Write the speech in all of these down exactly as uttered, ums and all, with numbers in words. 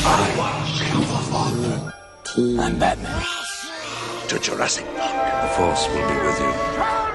I'm Batman. To Jurassic Park. The Force will be with you.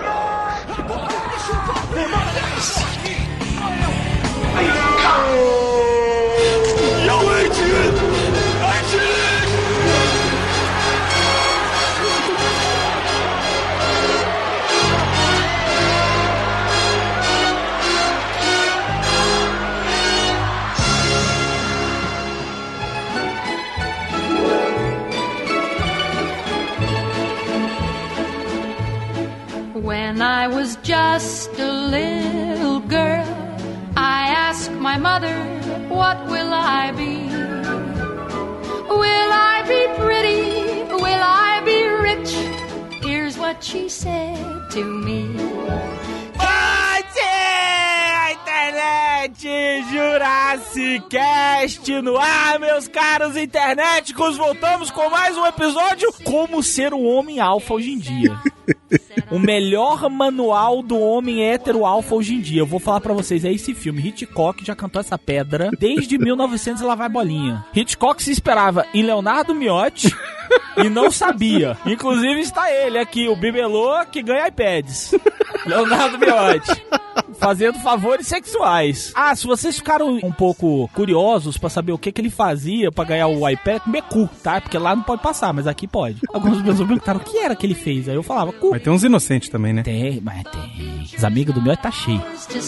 When I was just a little girl, I asked my mother, what will I be? Will I be pretty? Will I be rich? Here's what she said to me. Jurassic Cast no ar, meus caros internéticos. Voltamos com mais um episódio Como Ser um Homem Alfa Hoje em Dia. O melhor manual do homem hétero alfa hoje em dia. Eu vou falar pra vocês, é esse filme. Hitchcock já cantou essa pedra desde mil e novecentos e lá vai bolinha. Hitchcock se esperava em Leonardo Miotti e não sabia. Inclusive está ele aqui, o bibelô que ganha iPads. Leonardo Miotti. Fazendo favores sexuais. Ah, se vocês ficaram um pouco curiosos pra saber o que que ele fazia pra ganhar o iPad, comer cu, tá? Porque lá não pode passar, mas aqui pode. Algumas pessoas perguntaram o que era que ele fez. Aí eu falava, cu. Mas tem uns inocentes também, né? Tem, mas tem. Os amigos do meu tá cheio.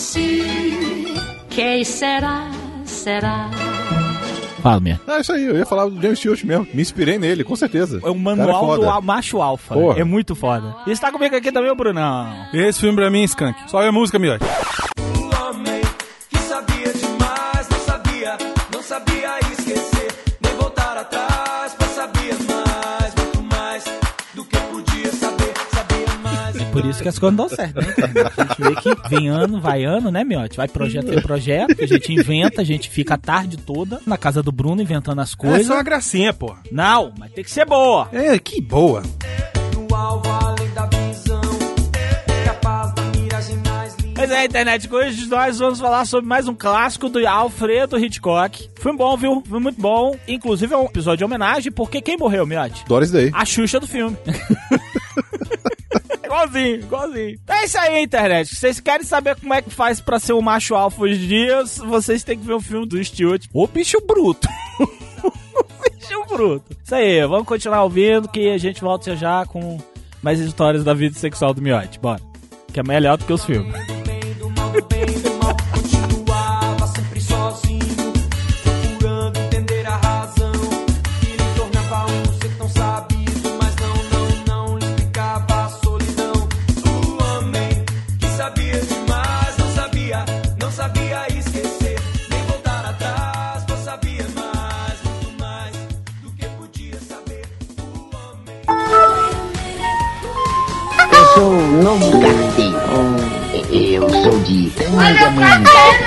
Que será, será? Fala, minha. Ah, isso aí, eu ia falar do James Stewart mesmo. Me inspirei nele, com certeza. É um manual do a- macho alfa. Porra. É muito foda. E está comigo aqui também o Brunão. Esse filme pra mim é Skunk. Só a música, Miotti. O homem que sabia demais, não sabia, não sabia esquecer, nem voltar atrás, mas sabia mais, muito mais do que podia saber, sabia mais. É por isso que as coisas não dão certo, né? A gente vê que vem ano, vai ano, né, Miotti? Vai projeto em projeto, a gente inventa, a gente fica a tarde toda na casa do Bruno inventando as É coisas. só uma gracinha, pô. Não, mas tem que ser boa. É, que boa. No alvo além da visão, capaz da miragem mais linda. Pois é, internet, hoje nós vamos falar sobre mais um clássico do Alfredo Hitchcock. Foi bom, viu? Foi muito bom. Inclusive é um episódio de homenagem, porque quem morreu, Miotti? Doris Day. A Xuxa do filme. Igualzinho, igualzinho. É isso aí, internet. Vocês querem saber como é que faz pra ser um macho alfa hoje em dia? Vocês têm que ver o filme do Stewart. O bicho bruto. Bicho bruto. Isso aí, vamos continuar ouvindo que a gente volta já com mais histórias da vida sexual do Miotti. Bora. Que é melhor do que os filmes. Do bem, do mal, do bem, do mal, continuava sempre sozinho, procurando entender a razão, que lhe tornava um ser tão sabido, mas não, não, não lhe explicava a solidão. O homem que sabia demais, não sabia, não sabia esquecer, nem voltar atrás, mas sabia mais, muito mais do que podia saber. O homem... Eu sou o novo carteiro. Eu sou de Tangamanga.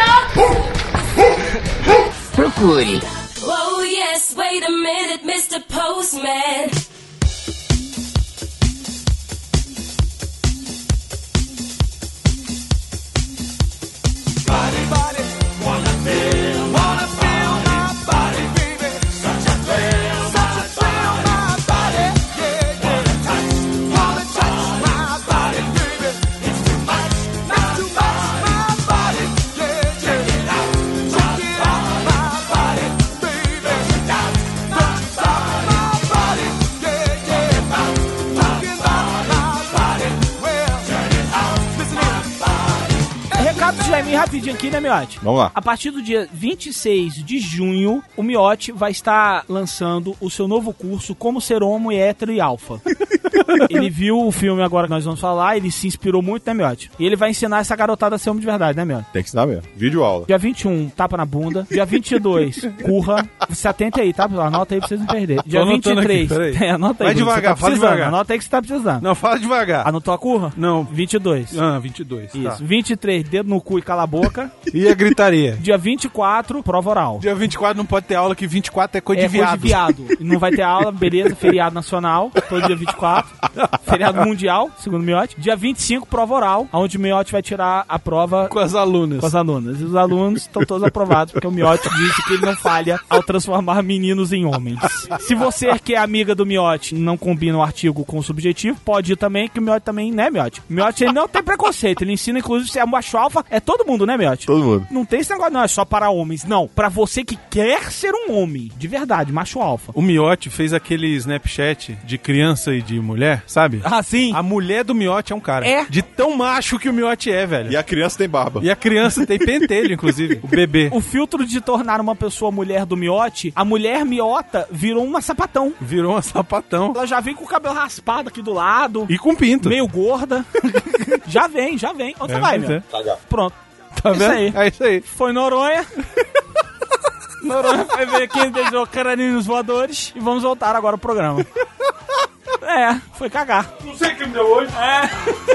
Procure. Oh yes, wait a minute, mister Postman. Body, body, wanna feel, wanna feel my body, baby. Such a thrill, such a thrill, my body, yeah, yeah. Wanna touch, wanna touch my body, baby. It's too much, not too much, my body, yeah, yeah. Check it out, check it out, my body, baby. Don't you doubt, don't you doubt my body, yeah, yeah. Talking about my body, well, turn it out, listen in. Recado de Jaime rapidinho aqui, né, Miotti? Vamos lá. A partir do dia vinte e seis de junho, o Miotti vai estar lançando o seu novo curso Como Ser Homo, Hétero e Alfa. Ele viu o filme agora que nós vamos falar, ele se inspirou muito, né, Miotti? E ele vai ensinar essa garotada a ser homem de verdade, né, Miotti? Tem que ensinar mesmo. Vídeo aula. Dia vinte e um, tapa na bunda. Dia vinte e dois, curra. Se atente aí, tá? Anota aí pra vocês não perderem. Dia Tô vinte e anotando três. aqui, peraí. É, anota aí. Vai Bruno, devagar, você tá fala precisando. devagar. Anota aí que você tá precisando. Não, fala devagar. Anotou a curra? Não. vinte e dois. Ah, vinte e dois. Isso. Tá. vinte e três, dedo no cu e cala a boca. E a gritaria? Dia vinte e quatro, prova oral. Dia vinte e quatro não pode ter aula, que vinte e quatro é coisa É de viado. coisa de viado. Não vai ter aula, beleza, feriado nacional, todo dia vinte e quatro. Feriado mundial, segundo o Miotti. Dia vinte e cinco, prova oral, onde o Miotti vai tirar a prova com as alunas. Com as alunas. E os alunos estão todos aprovados, porque o Miotti disse que ele não falha ao transformar meninos em homens. Se você que é amiga do Miotti não combina o artigo com o subjetivo, pode ir também, que o Miotti também, né, Miotti? O Miotti, ele não tem preconceito. Ele ensina, inclusive, se é macho alfa, é todo mundo, né, Miotti? Todo mundo. Não tem esse negócio, não, é só para homens. Não, pra você que quer ser um homem, de verdade, macho alfa. O Miotti fez aquele Snapchat de criança e de mulher, sabe? Ah, sim. A mulher do Miotti é um cara. É. De tão macho que o Miotti é, velho. E a criança tem barba. E a criança tem pentelho, inclusive. O bebê. O filtro de tornar uma pessoa mulher do Miotti, a mulher miota virou uma sapatão. Virou uma sapatão. Ela já vem com o cabelo raspado aqui do lado. E com pinto. Meio gorda. Já vem, já vem. Onde é, você vai, meu? meu? Cagar. Pronto. Tá Isso vendo? aí. É isso aí. Foi Noronha. Noronha foi ver quem desejou canarinhos voadores. E vamos voltar agora ao programa. É, foi cagar. Não sei o que me deu hoje. É.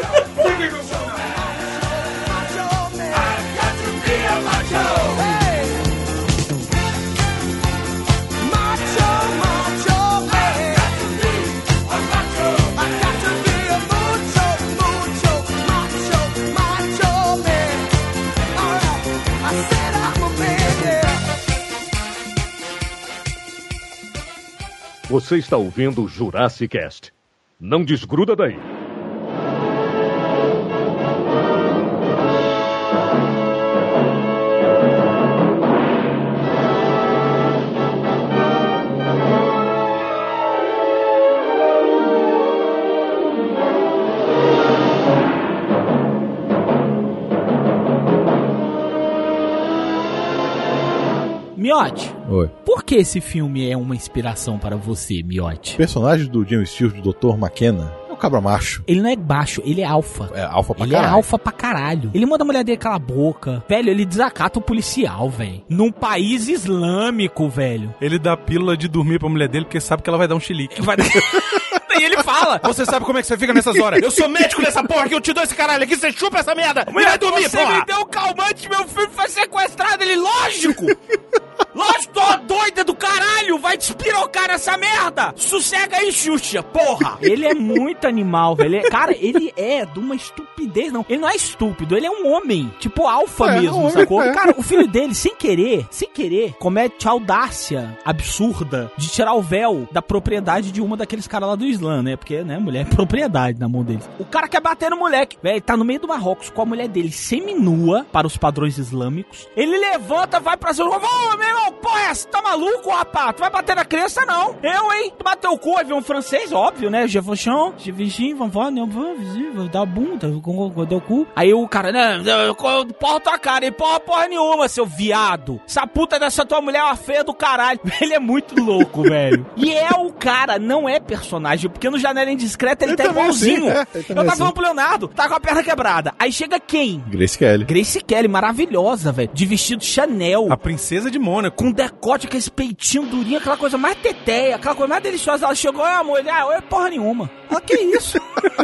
Você está ouvindo o Jurassic Cast. Não desgruda daí. Miotti. Oi. Por que esse filme é uma inspiração para você, Miotti? O personagem do James Stewart, do doutor McKenna, é o cabra macho. Ele não é baixo, ele é alfa. É alfa pra ele caralho. Ele é alfa pra caralho. Ele manda a mulher dele calar a boca. Velho, ele desacata o policial, velho. Num país islâmico, velho. Ele dá pílula de dormir pra mulher dele porque sabe que ela vai dar um chilique. Vai... E ele fala: você sabe como é que você fica nessas horas? Eu sou médico nessa porra que eu te dou esse caralho aqui, você chupa essa merda. E vai dormir, você porra. Me deu calmante, meu filho foi sequestrado. Ele, lógico. Lógico, tô doida do caralho. Vai despirocar nessa merda. Sossega aí, Xuxa, porra. Ele é muito animal, velho. Ele é... Cara, ele é de uma estupidez, não. Ele não é estúpido, ele é um homem. Tipo alfa é, mesmo, um sacou? É. Cara, o filho dele, sem querer, sem querer, comete a audácia absurda de tirar o véu da propriedade de uma daqueles caras lá do Islã, né? Porque, né, mulher é propriedade na mão deles. O cara quer bater no moleque. Velho, tá no meio do Marrocos com a mulher dele seminua para os padrões islâmicos. Ele levanta, vai pra cima. Ô, meu irmão, porra, é essa? Tá maluco, rapaz? Tu vai bater na criança, não. Eu, hein? Tu bateu o cu, aí vem um francês, óbvio, né? Jevochão, Jevichim, vamos lá, né? Vou dar a bunda, deu o cu. Aí o cara, né? Porra tua cara, e porra, porra nenhuma, seu viado. Essa puta dessa tua mulher é uma feia do caralho. Ele é muito louco, velho. E é o cara, não é personagem, porque no Janela Indiscreta ele, ele tá igualzinho. Assim, é, eu tava assim. Falando pro Leonardo, tá com a perna quebrada. Aí chega quem? Grace Kelly. Grace Kelly, maravilhosa, velho. De vestido Chanel. A princesa de Mônaco. Com decote, com esse peitinho durinho, aquela coisa mais teteia, aquela coisa mais deliciosa. Ela chegou, ah, amor, ele, ah, é porra nenhuma. Ela, que isso?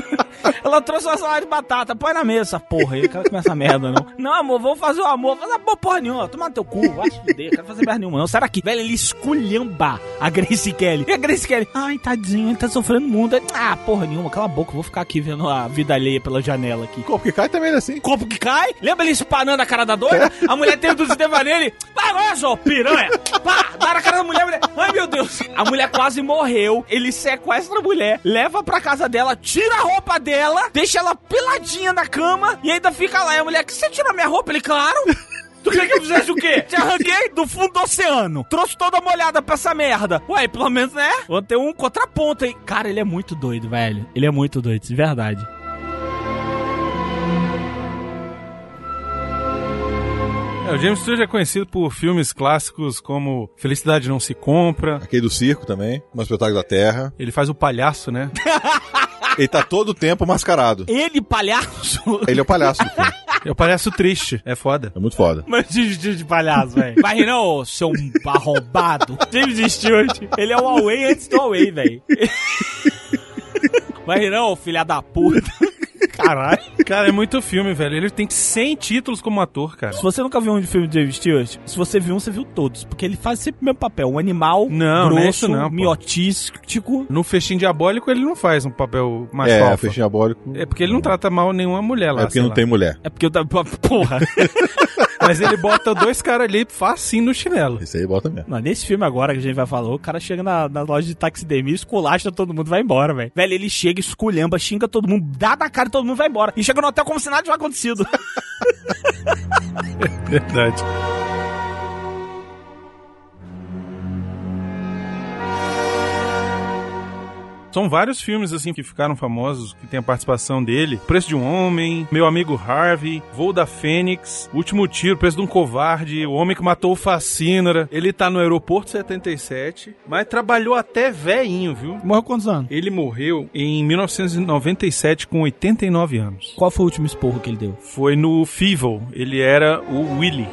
Ela trouxe uma salada de batata, põe na mesa essa porra aí, quero comer essa merda, não. Não, amor, vamos fazer o amor. Fazer a porra nenhuma, toma no teu cu, vai se fuder, quero fazer merda nenhuma, não. Sai daqui. Velho, ele esculhamba a Grace Kelly. E a Grace Kelly, ai, tadinho, ele tá sofrendo muito. Ah, porra nenhuma, cala a boca, vou ficar aqui vendo a vida alheia pela janela aqui. Corpo que cai também é assim. Corpo que cai? Lembra ele espanando a cara da doida? A mulher teve dos devaneios, ele, vai, olha só, piranha. Pá, dá na cara da mulher, a mulher, ai meu Deus. A mulher quase morreu, ele sequestra a mulher, leva pra casa dela, tira a roupa dela, deixa ela peladinha na cama e ainda fica lá. E a mulher, que você tirou minha roupa? Ele, claro. Tu quer que eu fizesse o quê? Te arranquei do fundo do oceano. Trouxe toda uma olhada pra essa merda. Ué, pelo menos, né? Vou ter um contraponto aí. Cara, ele é muito doido, velho. Ele é muito doido, de verdade. É, o James Stewart é conhecido por filmes clássicos como Felicidade Não Se Compra. Aquele do circo também, No Espetáculo da Terra. Ele faz o palhaço, né? Ele tá todo o tempo mascarado. Ele, palhaço? Ele é o palhaço do filme. É o palhaço triste. É foda. É muito foda. Mas de, de palhaço, velho. Vai rir não, seu arrombado. James Stewart, ele é o Away antes do Away, velho. Vai rir não, filha da puta. Caralho. Cara, é muito filme, velho. Ele tem cem títulos como ator, cara. Se você nunca viu um de filme de James Stewart, se você viu um, você viu todos. Porque ele faz sempre o mesmo papel. Um animal Não, não é isso grosso, não, pô. miotístico. No Festim Diabólico, ele não faz um papel macho É, alfa. Festim Diabólico. É porque ele não trata mal nenhuma mulher lá, É porque sei não lá. tem mulher. É porque eu tava... Porra. Mas ele bota dois caras ali facinho no chinelo. Esse aí bota mesmo. Não, nesse filme agora que a gente vai falar, o cara chega na, na loja de taxidermia, esculacha todo mundo, vai embora, velho. Velho, ele chega, esculhamba, xinga todo mundo, dá na cara e todo mundo vai embora. E chega no hotel como se nada tivesse acontecido. Verdade. São vários filmes, assim, que ficaram famosos, que tem a participação dele. O Preço de um Homem, Meu Amigo Harvey, Voo da Fênix, O Último Tiro, O Preço de um Covarde, O Homem que Matou o Facínora. Ele tá no Aeroporto setenta e sete, mas trabalhou até velhinho, viu? Morreu quantos anos? Ele morreu em mil novecentos e noventa e sete com oitenta e nove anos. Qual foi o último esporro que ele deu? Foi no Fievel. Ele era o Willy.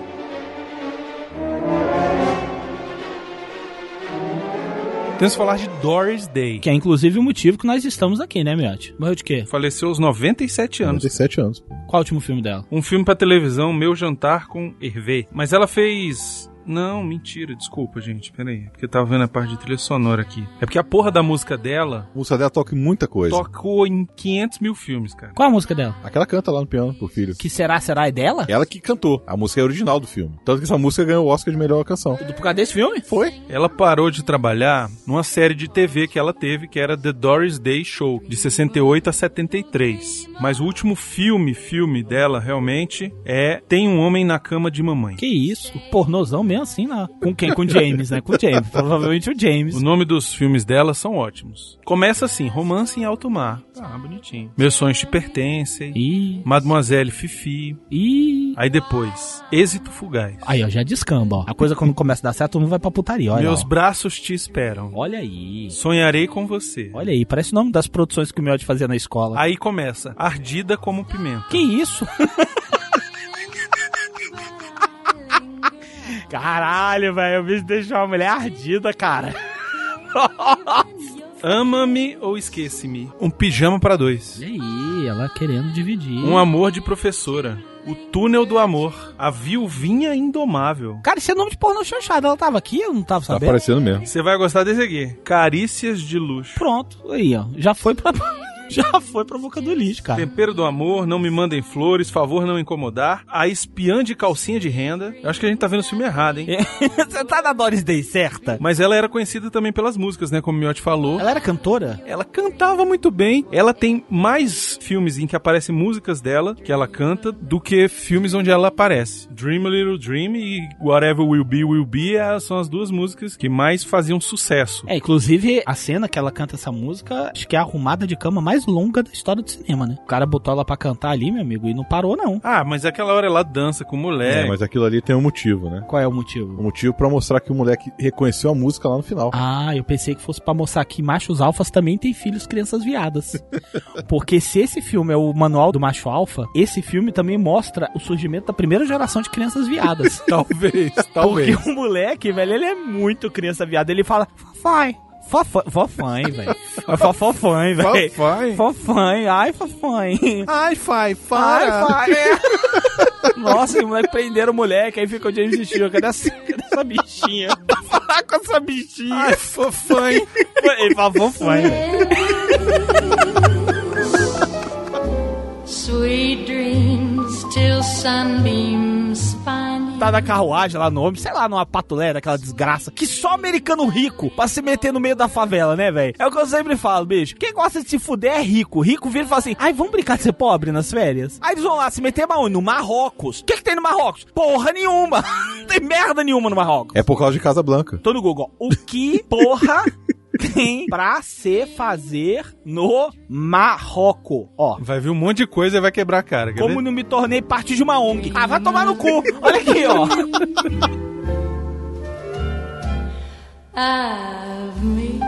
Temos que falar de Doris Day. Que é inclusive o motivo que nós estamos aqui, né, Miotti? Morreu de quê? Faleceu aos noventa e sete anos. noventa e sete anos. Pô. Qual o último filme dela? Um filme pra televisão, Meu Jantar com Hervé. Mas ela fez... Não, mentira, desculpa, gente, peraí. Porque eu tava vendo a parte de trilha sonora aqui. É porque a porra da música dela... A música dela toca em muita coisa. Tocou em quinhentos mil filmes, cara. Qual a música dela? Aquela canta lá no piano pro filho. Que Será, Será é dela? Ela que cantou. A música é original do filme. Tanto que essa música ganhou o Oscar de melhor canção. Tudo por causa desse filme? Foi. Ela parou de trabalhar numa série de T V que ela teve, que era The Doris Day Show, de sessenta e oito a setenta e três. Mas o último filme, filme dela, realmente, é Tem um Homem na Cama de Mamãe. Que isso? Pornozão mesmo assim, lá. Com quem? Com o James, né? Com o James. Provavelmente o James. O nome dos filmes dela são ótimos. Começa assim, Romance em Alto Mar. Ah, bonitinho. Meus Sonhos Te Pertencem. Ih. Mademoiselle Fifi. Ih. Aí depois, Êxito Fugaz. Aí, ó, já descamba, ó. A coisa quando começa a dar certo, todo mundo vai pra putaria, olha. Meus ó. Braços Te Esperam. Olha aí. Sonharei com Você. Olha aí, parece o nome das produções que o Miotti fazia na escola. Aí começa, Ardida como Pimenta. Que isso? Caralho, velho, o bicho deixou uma mulher ardida, cara. Ama-me ou Esquece-me. Um Pijama pra Dois. E aí, ela querendo dividir. Um Amor de Professora. O Túnel do Amor. A Viuvinha Indomável. Cara, esse é nome de pornô chanchada. Ela tava aqui? Eu não tava Tá sabendo. aparecendo mesmo. Você vai gostar desse aqui. Carícias de Luxo. Pronto, aí, ó. Já foi pra... Já foi pra boca do lixo, cara. Tempero do Amor, Não Me Mandem Flores, Favor Não Incomodar, A Espiã de Calcinha de Renda. Eu acho que a gente tá vendo o filme errado, hein? Você tá na Doris Day certa? Mas ela era conhecida também pelas músicas, né? Como o Miotti falou. Ela era cantora? Ela cantava muito bem. Ela tem mais filmes em que aparecem músicas dela, que ela canta, do que filmes onde ela aparece. Dream a Little Dream e Whatever Will Be, Will Be são as duas músicas que mais faziam sucesso. É, inclusive, a cena que ela canta essa música, acho que é a arrumada de cama mais longa da história do cinema, né? O cara botou ela pra cantar ali, meu amigo, e não parou, não. Ah, mas aquela hora ela dança com mulher. É, mas aquilo ali tem um motivo, né? Qual é o motivo? O motivo pra mostrar que o moleque reconheceu a música lá no final. Ah, eu pensei que fosse pra mostrar que machos alfas também têm filhos crianças viadas. Porque se esse filme é o manual do macho alfa, esse filme também mostra o surgimento da primeira geração de crianças viadas. Talvez, talvez. Porque o moleque, velho, ele é muito criança viada. Ele fala, fofai. Fofã, fofãe, velho. Fofãe, velho. Fofãe. Fofãe, ai, fofãe. Ai, fai, Ai, pai. Nossa, e o moleque prenderam o moleque, aí fica o James Stewart. Cadê essa, cadê essa bichinha? Falar com essa bichinha. Ai, fofãe. Ele fala fofãe, velho. Sweet dreams till sunbeams find Tá na carruagem lá no homem, sei lá, numa patulé daquela desgraça, que só americano rico pra se meter no meio da favela, né, velho? É o que eu sempre falo, bicho. Quem gosta de se fuder é rico. Rico vira e fala assim, ai, vamos brincar de ser pobre nas férias? Aí eles vão lá se meter aonde? No Marrocos. O que que tem no Marrocos? Porra nenhuma. Não tem merda nenhuma no Marrocos. É por causa de Casablanca. Tô no Google. O que, porra, tem pra se fazer no Marrocos? Ó. Vai vir um monte de coisa e vai quebrar a cara. Quer Como ver? não me tornei parte de uma O N G? Ah, vai tomar no cu. Olha aqui, ó. of me.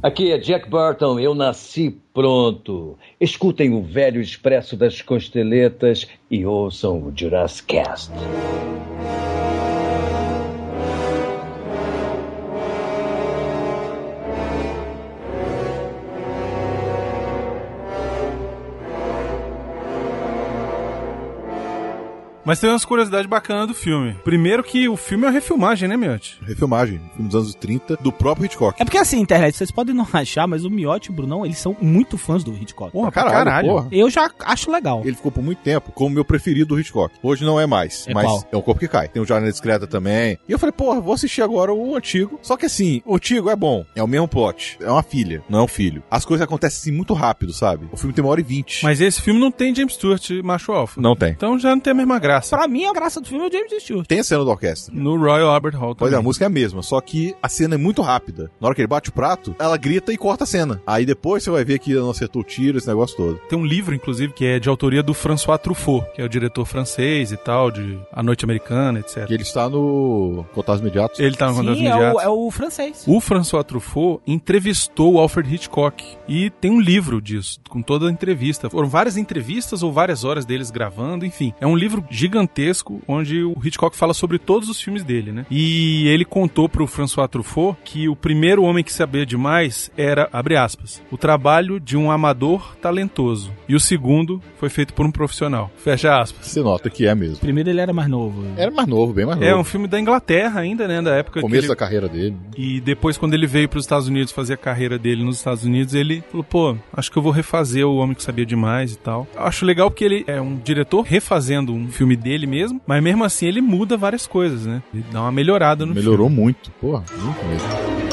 Aqui é Jack Burton, eu nasci pronto. Escutem o velho expresso das costeletas e ouçam o Jurassic Cast. Mas tem umas curiosidades bacanas do filme. Primeiro que o filme é uma refilmagem, né, Miotti? Refilmagem. Filme dos anos trinta, do próprio Hitchcock. É porque assim, internet, vocês podem não achar, mas o Miotti e o Brunão, eles são muito fãs do Hitchcock. Porra, caralho, caralho. Porra. Eu já acho legal. Ele ficou por muito tempo como meu preferido do Hitchcock. Hoje não é mais, é mas qual? É O Corpo que Cai. Tem o Janela Discreta também. E eu falei, porra, vou assistir agora o antigo. Só que assim, o antigo é bom. É o mesmo plot. É uma filha, não é um filho. As coisas acontecem assim muito rápido, sabe? O filme tem uma hora e vinte. Mas esse filme não tem James Stewart macho alfa. Não tem. Então já não tem a mesma graça. Pra mim, a graça do filme é o James Stewart. Tem a cena da orquestra. No Royal Albert Hall também. Pois é, a música é a mesma, só que a cena é muito rápida. Na hora que ele bate o prato, ela grita e corta a cena. Aí depois você vai ver que não acertou o tiro, esse negócio todo. Tem um livro, inclusive, que é de autoria do François Truffaut, que é o diretor francês e tal, de A Noite Americana, etcétera. Que ele está no Contatos Imediatos. Ele está no Contatos Sim, Imediatos. É o, é o francês. O François Truffaut entrevistou o Alfred Hitchcock e tem um livro disso, com toda a entrevista. Foram várias entrevistas ou várias horas deles gravando, enfim. É um livro gigantesco onde o Hitchcock fala sobre todos os filmes dele, né? E ele contou pro François Truffaut que o primeiro homem que sabia demais era, abre aspas, o trabalho de um amador talentoso. E o segundo foi feito por um profissional. Fecha aspas. Você nota que é mesmo. Primeiro ele era mais novo. Era mais novo, bem mais novo. É um filme da Inglaterra ainda, né? Da época Começo que ele... da carreira dele. E depois, quando ele veio pros Estados Unidos fazer a carreira dele nos Estados Unidos, ele falou, pô, acho que eu vou refazer O Homem que Sabia Demais e tal. Eu acho legal porque ele é um diretor refazendo um filme dele mesmo, mas mesmo assim ele muda várias coisas, né? Ele dá uma melhorada no Melhorou filme. muito, porra, muito mesmo.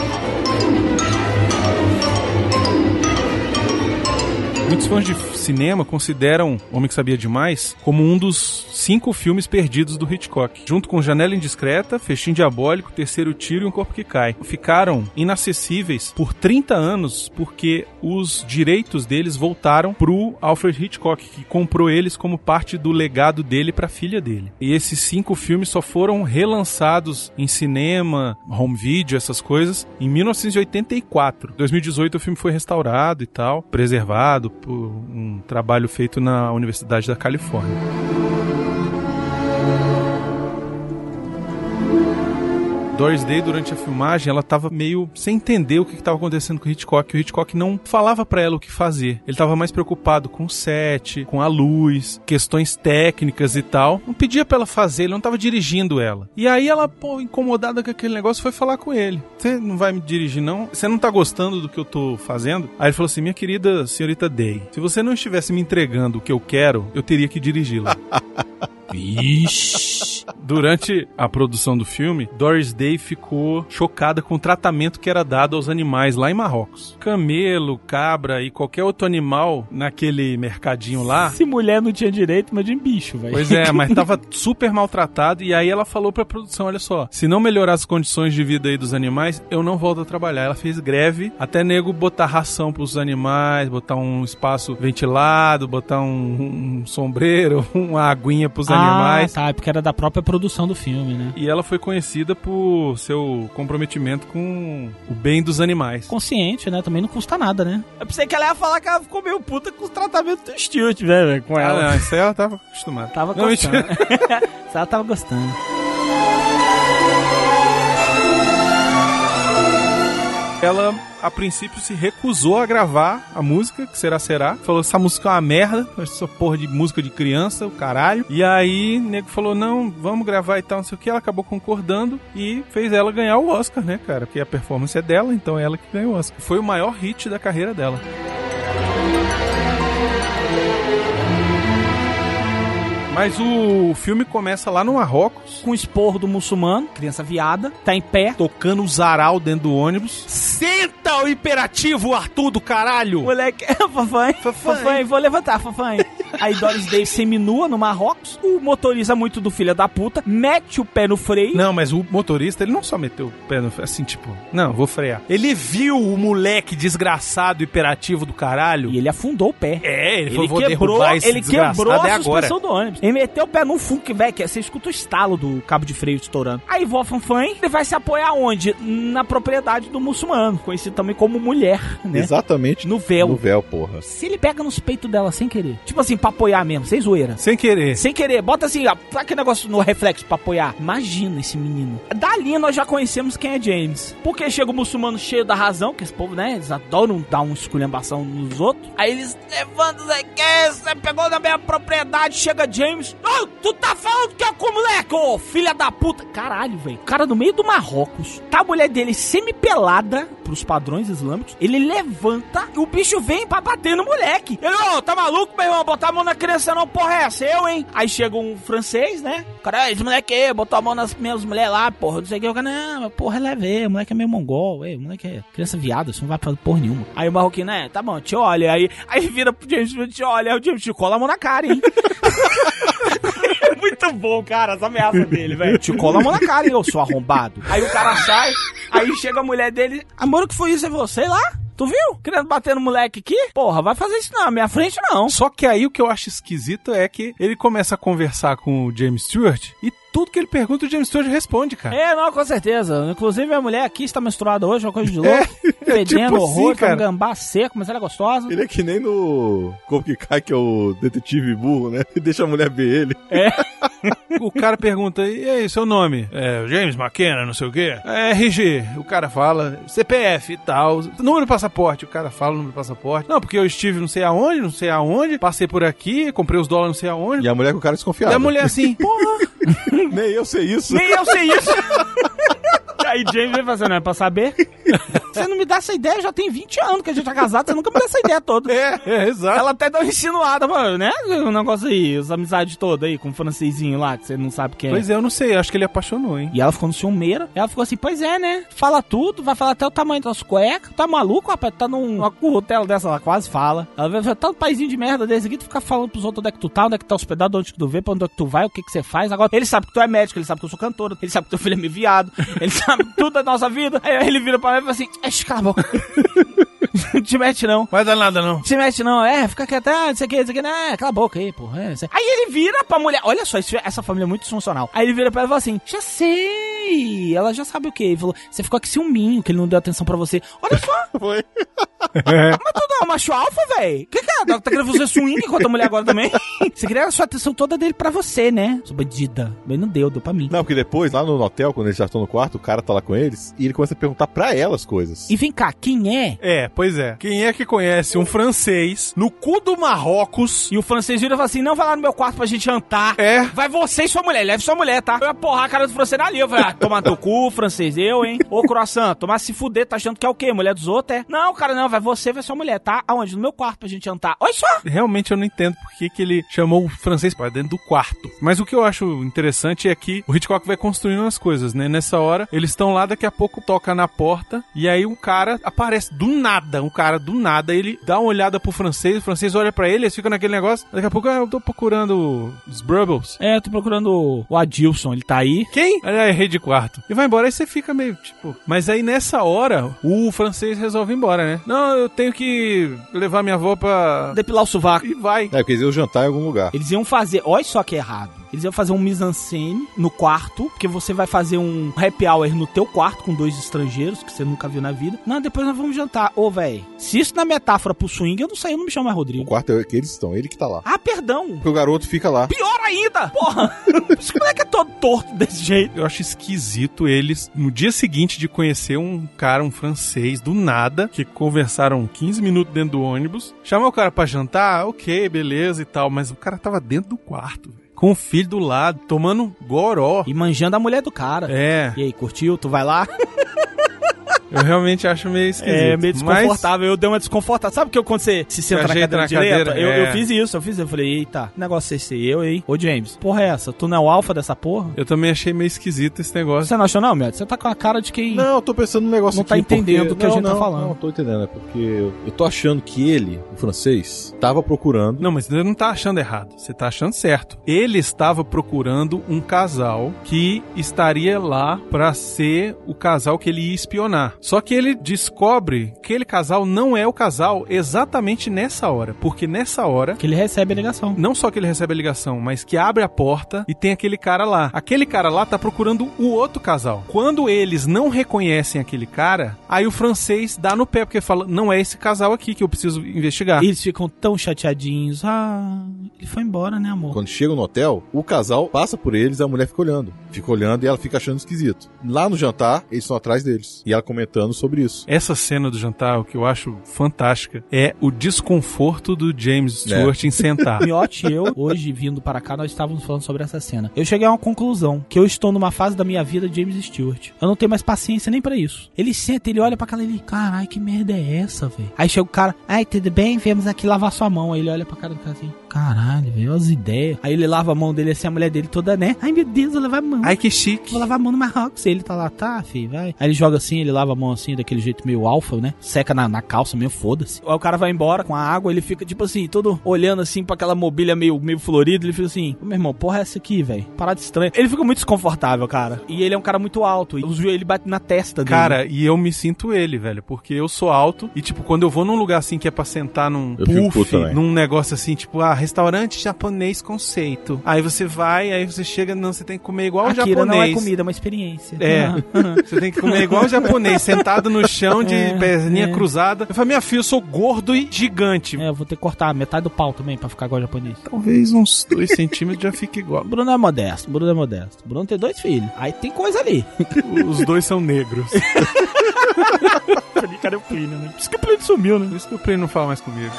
Muitos fãs de cinema consideram O Homem que Sabia Demais como um dos cinco filmes perdidos do Hitchcock, junto com Janela Indiscreta, Festim Diabólico, Terceiro Tiro e Um Corpo que Cai. Ficaram inacessíveis por trinta anos porque os direitos deles voltaram pro Alfred Hitchcock, que comprou eles como parte do legado dele pra filha dele. E esses cinco filmes só foram relançados em cinema, home video, essas coisas, em mil novecentos e oitenta e quatro. Em dois mil e dezoito o filme foi restaurado e tal, preservado por um trabalho feito na Universidade da Califórnia. Doris Day, durante a filmagem, ela tava meio sem entender o que estava acontecendo com o Hitchcock. O Hitchcock não falava pra ela o que fazer. Ele tava mais preocupado com o set, com a luz, questões técnicas e tal. Não pedia pra ela fazer, ele não tava dirigindo ela. E aí ela, pô, incomodada com aquele negócio, foi falar com ele. Você não vai me dirigir, não? Você não tá gostando do que eu tô fazendo? Aí ele falou assim, minha querida senhorita Day, se você não estivesse me entregando o que eu quero, eu teria que dirigi-la. Vixe. Durante a produção do filme, Doris Day ficou chocada com o tratamento que era dado aos animais lá em Marrocos. Camelo, cabra e qualquer outro animal naquele mercadinho lá. Se mulher não tinha direito, mas de bicho, velho. Pois é, mas tava super maltratado. E aí ela falou pra produção, olha só, se não melhorar as condições de vida aí dos animais, eu não volto a trabalhar. Ela fez greve, até nego botar ração pros animais, botar um espaço ventilado, botar um, um sombreiro, uma aguinha pros ah, animais. Ah, tá, porque era da própria produção do filme, né? E ela foi conhecida por seu comprometimento com o bem dos animais. Consciente, né? Também não custa nada, né? Eu pensei que ela ia falar que ela ficou meio puta com o tratamento do Stewart, né, velho? Com ela. Ah, não, isso aí ela tava acostumada. Tava não, gostando. Isso ela tava gostando. Ela, a princípio, se recusou a gravar a música, que será, será. Falou, essa música é uma merda, essa porra de música de criança, o caralho. E aí, o nego falou, não, vamos gravar e tal, não sei o que. Ela acabou concordando e fez ela ganhar o Oscar, né, cara? Porque a performance é dela, então é ela que ganhou o Oscar. Foi o maior hit da carreira dela. Mas o filme começa lá no Marrocos, com o esporro do muçulmano, criança viada, tá em pé, tocando o zaral dentro do ônibus. Senta o imperativo, Arthur do caralho! Moleque, Fafãe, Fafãe, vou levantar, Fafãe. Aí Doris Day seminua no Marrocos, o motorista muito do filho da puta, mete o pé no freio. Não, mas o motorista, ele não só meteu o pé no freio, assim, tipo, não, vou frear. Ele viu o moleque desgraçado, hiperativo do caralho. E ele afundou o pé. É, ele, ele falou, vou quebrou, derrubar esse ele quebrou a é suspensão agora. do ônibus. Ele meteu o pé num funk, velho, que você escuta o estalo do cabo de freio estourando. Aí vó Fanfãe, ele vai se apoiar onde? Na propriedade do muçulmano, conhecido também como mulher, né? Exatamente. No véu. No véu, porra. Se ele pega nos peitos dela sem querer, tipo assim, pra apoiar mesmo, sem zoeira. Sem querer. Sem querer, bota assim, ó, aquele negócio no reflexo pra apoiar. Imagina esse menino. Dali nós já conhecemos quem é James. Porque chega o muçulmano cheio da razão, que esse povo, né, eles adoram dar uma esculhambação nos outros. Aí eles levantam, que você pegou na minha propriedade, chega James. Oh, tu tá falando que é com o moleque, ô oh, filha da puta. Caralho, velho. O cara no meio do Marrocos, tá a mulher dele semi-pelada, pros padrões islâmicos, ele levanta e o bicho vem pra bater no moleque. Ele, ô, oh, tá maluco, meu irmão? Botar a mão na criança não, porra, é seu, hein? Aí chega um francês, né? O cara, esse moleque aí, botou a mão nas minhas mulheres lá, porra, não sei o que. O cara, não, porra, é leve, o moleque é meio mongol, ei, o moleque é criança viada, você não vai fazer porra nenhuma. Aí o marroquino, né, tá bom, te olha. Aí, aí vira pro James, te olha, aí o James te cola a mão na cara, hein? Muito bom, cara, essa ameaça dele, velho. Te cola a mão na cara, hein, eu sou arrombado. Aí o cara sai, aí chega a mulher dele, amor, o que foi isso? Você, você lá? Tu viu? Querendo bater no moleque aqui? Porra, vai fazer isso não, na minha frente não. Só que aí o que eu acho esquisito é que ele começa a conversar com o James Stewart e tudo que ele pergunta, o James Stewart responde, cara. É, não, com certeza. Inclusive, a mulher aqui está menstruada hoje, uma coisa de louco. É, Fedendo, tipo horror, assim, tá um cara. gambá seco, mas ela é gostosa. Ele é que nem no Corpo que Cai, que é o detetive burro, né? E deixa a mulher ver ele. É. O cara pergunta, e aí, seu nome? É, James McKenna, não sei o quê. É, R G. O cara fala, C P F e tal. Número do passaporte. O cara fala o número do passaporte. Não, porque eu estive não sei aonde, não sei aonde. Passei por aqui, comprei os dólares não sei aonde. E a mulher com o cara desconfiado. E a mulher assim, porra. Nem eu sei isso. Nem eu sei isso. Aí James vai fazendo, é pra saber? Você não me dá essa ideia, já tem vinte anos que a gente tá casado, você nunca me dá essa ideia toda. É, é, exato. Ela até dá uma insinuada, mano, né? O negócio aí, as amizades todas aí com o francesinho lá, que você não sabe quem é. Pois é, eu não sei, acho que ele apaixonou, hein? E ela ficou no ciumeira, ela ficou assim, pois é, né? Fala tudo, vai falar até o tamanho das cuecas, tá maluco, rapaz? Tá numa currutela dessa, ela quase fala. Ela vai falar, tá um paizinho de merda desse aqui, tu fica falando pros outros onde é que tu tá, onde é que tá hospedado, onde que tu vê, pra onde é que tu vai, o que que você faz. Agora, ele sabe que tu é médico, ele sabe que eu sou cantora, ele sabe que teu filho é meio viado, ele sabe tudo da nossa vida. Aí ele vira pra mim e fala assim, Eixe, cala a boca. Não te mete não. Vai dar nada não. Te mete não, é, fica quieto, ah, não sei o que, não sei o que, né, cala a boca aí, porra. É, aí ele vira pra mulher, olha só, isso, essa família é muito disfuncional. Aí ele vira pra ela e fala assim, já sei. Ela já sabe o que. Ele falou, você ficou aqui ciúminho, que ele não deu atenção pra você. Olha só. Foi. Mas tu não é um macho alfa, velho? Que que é? Tá querendo fazer swing enquanto a mulher agora também? Você queria a sua atenção toda dele pra você, né? Sua bandida. Mas não deu, deu pra mim. Não, porque depois, lá no hotel, quando eles já estão no quarto, o cara tá lá com eles e ele começa a perguntar pra ela as coisas. E vem cá, quem é? É, pois é. Quem é que conhece um francês no cu do Marrocos? E o francês vira e fala assim, não vai lá no meu quarto pra gente jantar. É. Vai você e sua mulher, leve sua mulher, tá? Eu ia porrar a cara do francês ali. Eu falei, ah, toma teu cu, francês, eu, hein? Ô, croissant, tomar se fuder, tá achando que é o quê? Mulher dos outros, é? Não, cara, não, vai você, vai sua mulher, tá? Aonde? No meu quarto pra gente jantar. Olha só! Realmente eu não entendo por que, que ele chamou o francês pra dentro do quarto. Mas o que eu acho interessante é que o Hitchcock vai construindo as coisas, né? Nessa hora, eles estão lá, daqui a pouco toca na porta, e aí um cara aparece do nada, um cara do nada, ele dá uma olhada pro francês, o francês olha pra ele, eles ficam naquele negócio, daqui a pouco ah, eu tô procurando os Brubbles. É, eu tô procurando o Adilson, ele tá aí. Quem? Aí é rei de quarto. E vai embora, aí você fica meio, tipo... Mas aí nessa hora, o francês resolve ir embora, né? Não, eu tenho que levar minha avó pra... depilar o sovaco. E vai. É, porque eles iam jantar em algum lugar. Eles iam fazer, olha só que errado. Eles iam fazer um mise-en-scène no quarto, porque você vai fazer um happy hour no teu quarto com dois estrangeiros que você nunca viu na vida. Não, depois nós vamos jantar. Ô, velho, se isso na metáfora pro swing, eu não sei, eu não me chamo mais Rodrigo. O quarto é que eles estão, ele que tá lá. Ah, perdão. Porque o garoto fica lá. Pior ainda! Porra! Esse moleque é todo torto desse jeito. Eu acho esquisito eles, no dia seguinte de conhecer um cara, um francês, do nada, que conversaram quinze minutos dentro do ônibus, chamar o cara pra jantar, ok, beleza e tal, mas o cara tava dentro do quarto, velho. Com o filho do lado, tomando goró. E manjando a mulher do cara. É. E aí, curtiu? Tu vai lá? Eu realmente acho meio esquisito. É, meio desconfortável. Mas... eu dei uma desconfortável. Sabe que eu, quando você se senta na cadeira na direita? Cadeira, eu, é. eu fiz isso, eu fiz isso. Eu falei, eita, que negócio é esse eu, hein? Ô, James, porra é essa? Tu não é o alfa dessa porra? Eu também achei meio esquisito esse negócio. Você não achou não, Miotti? Você tá com a cara de quem... Não, eu tô pensando num negócio não aqui. Não tá entendendo porque... o que não, a gente não, tá falando. Não, tô entendendo. É porque eu tô achando que ele, o francês, tava procurando... Não, mas você não tá achando errado. Você tá achando certo. Ele estava procurando um casal que estaria lá pra ser o casal que ele ia espionar. Só que ele descobre que aquele casal não é o casal exatamente nessa hora. Porque nessa hora... Que ele recebe a ligação. Não só que ele recebe a ligação, mas que abre a porta e tem aquele cara lá. Aquele cara lá tá procurando o outro casal. Quando eles não reconhecem aquele cara, aí o francês dá no pé, porque fala, não é esse casal aqui que eu preciso investigar. E eles ficam tão chateadinhos. Ah, ele foi embora, né, amor? Quando chegam no hotel, o casal passa por eles e a mulher fica olhando. Fica olhando e ela fica achando esquisito. Lá no jantar, eles estão atrás deles. E ela comentando sobre isso. Essa cena do jantar, o que eu acho fantástica, é o desconforto do James Stewart é. em sentar. Miotti e eu, hoje, vindo para cá, nós estávamos falando sobre essa cena. Eu cheguei a uma conclusão, que eu estou numa fase da minha vida de James Stewart. Eu não tenho mais paciência nem pra isso. Ele senta, ele olha pra cara e ele, carai, que merda é essa, velho? Aí chega o cara, ai, tudo bem? Viemos aqui lavar sua mão. Aí ele olha pra cara do cara assim, caralho, velho, as ideias. Aí ele lava a mão dele assim, a mulher dele toda, né? Ai, meu Deus, eu lavar a mão. Ai, que chique. Vou lavar a mão no Marrocos. Aí ele tá lá, tá, filho, vai. Aí ele joga assim, ele lava a mão assim, daquele jeito meio alfa, né? Seca na, na calça, meio foda-se. Aí o cara vai embora com a água, ele fica, tipo assim, todo olhando assim pra aquela mobília meio, meio florida, ele fica assim, meu irmão, porra é essa aqui, velho? Parada estranha. Ele fica muito desconfortável, cara. E ele é um cara muito alto, e os joelhos batem na testa dele. Cara, e eu me sinto ele, velho, porque eu sou alto, e tipo, quando eu vou num lugar assim que é pra sentar num eu puff, num negócio assim, tipo, ah, restaurante japonês conceito. Aí você vai, aí você chega, não, você tem que comer igual o japonês. Akira não é comida, é uma experiência. É. Você tem que comer igual o japonês, sentado no chão de é, perninha é. cruzada. Eu falei, minha filha, eu sou gordo e gigante. É, eu vou ter que cortar metade do pau também pra ficar igual o japonês. Talvez uns dois centímetros já fique igual. Bruno é modesto, Bruno é modesto. Bruno tem dois filhos. Aí tem coisa ali. Os dois são negros. Cadê o Plínio, né? Por isso que o Plínio sumiu, né? Por isso que o Plínio não fala mais comigo.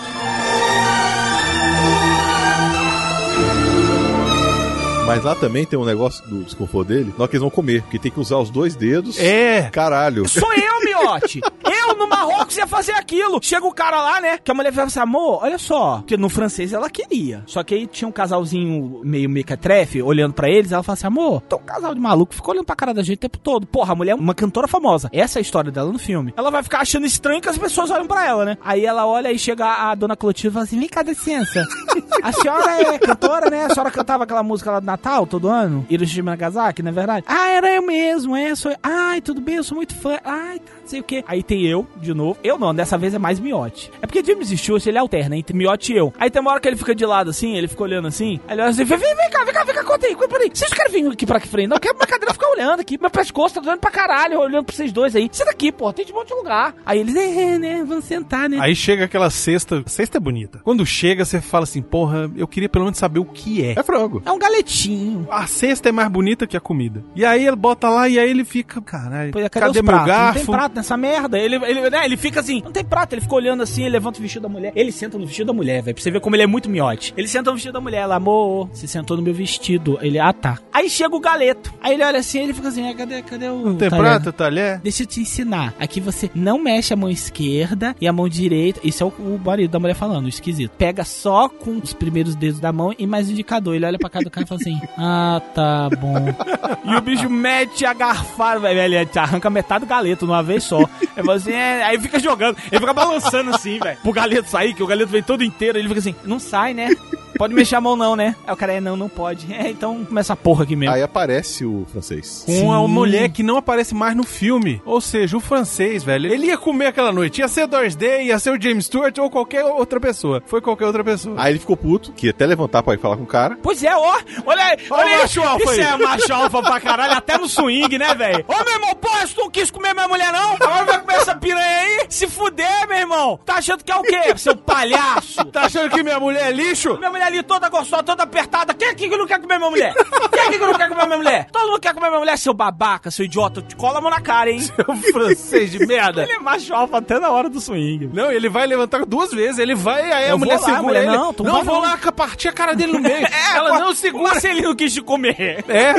Mas lá também tem um negócio do desconforto dele, na hora que eles vão comer, porque tem que usar os dois dedos. É! Caralho. Sou eu, miote! Eu, no Marrocos, ia fazer aquilo. Chega o cara lá, né? Que a mulher fala assim, amor, olha só. Porque no francês ela queria. Só que aí tinha um casalzinho meio mequetrefe, olhando pra eles, ela fala assim, amor, tem um casal de maluco, ficou olhando pra cara da gente o tempo todo. Porra, a mulher é uma cantora famosa. Essa é a história dela no filme. Ela vai ficar achando estranho que as pessoas olham pra ela, né? Aí ela olha e chega a dona Clotilde e fala assim, vem cá, dá licença. A senhora é cantora, né? A senhora cantava aquela música lá do Natal, todo ano? Hiroshima Nagasaki, não é verdade? Ah, era eu mesmo, é, sou eu. Ai, tudo bem, eu sou muito fã. Ai, tá, não sei o quê. Aí tem eu, de novo. Eu não, dessa vez é mais miote. É porque James Stewart, ele alterna entre miote e eu. Aí tem uma hora que ele fica de lado assim, ele fica olhando assim. Aí ele olha assim, vem, vem, vem cá, vem cá, vem cá, conta aí, conta aí. Vocês querem vir aqui pra aqui frente? Não, eu quero uma cadeira ficar olhando aqui. Meu pescoço tá doendo pra caralho, olhando pra vocês dois aí. Senta aqui, pô, tem de um monte de lugar. Aí eles, é, né, vamos sentar, né. Aí chega aquela cesta, cesta é bonita. Quando chega, você fala assim, porra, eu queria pelo menos saber o que é. É frango. É um galetinho. A cesta é mais bonita que a comida. E aí ele bota lá e aí ele fica, caralho, cadê, cadê meu garfo? Não tem prato nessa merda. Ele, ele, né, ele fica assim, não tem prato. Ele fica olhando assim, ele levanta o vestido da mulher. Ele senta no vestido da mulher, velho. Pra você ver como ele é muito miote. Ele senta no vestido da mulher. Ela, amor, você sentou no meu vestido. Ele, ah, tá. Aí chega o galeto. Aí ele olha assim, ele fica assim, ah, cadê, cadê o Não tem talher? prato, talher? Deixa eu te ensinar. Aqui você não mexe a mão esquerda e a mão direita. Isso é o, o marido da mulher falando, o esquisito. Pega só com os primeiros dedos da mão e mais o indicador. Ele olha pra cara do cara e fala assim, ah, tá bom. E o bicho mete a garfada, velho. Ele arranca metade do galeto numa vez só. Ele fala assim, é... Aí fica jogando. Ele fica balançando assim, velho. Pro galeto sair, que o galeto vem todo inteiro. Ele fica assim, não sai, né? Pode mexer a mão não, né? Aí o cara, é, não, não pode. É, então começa a porra aqui mesmo. Aí aparece o francês. Com uma mulher que não aparece mais no filme. Ou seja, o francês, velho, ele ia comer aquela noite. Ia ser Doris Day, ia ser o James Stewart ou qualquer outra pessoa. Foi qualquer outra pessoa. Aí ele ficou puto, que ia até levantar pra ir falar com o cara. Pois é, ó. Olha aí. Olha aí, macho alfa Isso aí. é macho alfa pra caralho, até no swing, né, velho? Ô, meu irmão, porra, tu não quis comer minha mulher, não? Agora vai comer essa piranha aí? Se fuder, meu irmão. Tá achando que é o quê, seu palhaço? Tá achando que minha mulher é lixo? Minha mulher ali toda gostosa, toda apertada. Quem aqui que não quer comer minha mulher? Quem aqui que não quer comer minha mulher? Todo mundo quer comer minha mulher, seu babaca, seu idiota. Te cola a mão na cara, hein? Seu francês de merda. Ele é macho alfa até na hora do swing. Não, ele vai levantar duas vezes. Ele vai, aí Eu a mulher vou lá, segura mulher, ele. não, tu não, vai vou não. lá partir a cara dele no meio. É, Ela pô, não O segura. Marcelinho quis te comer. É.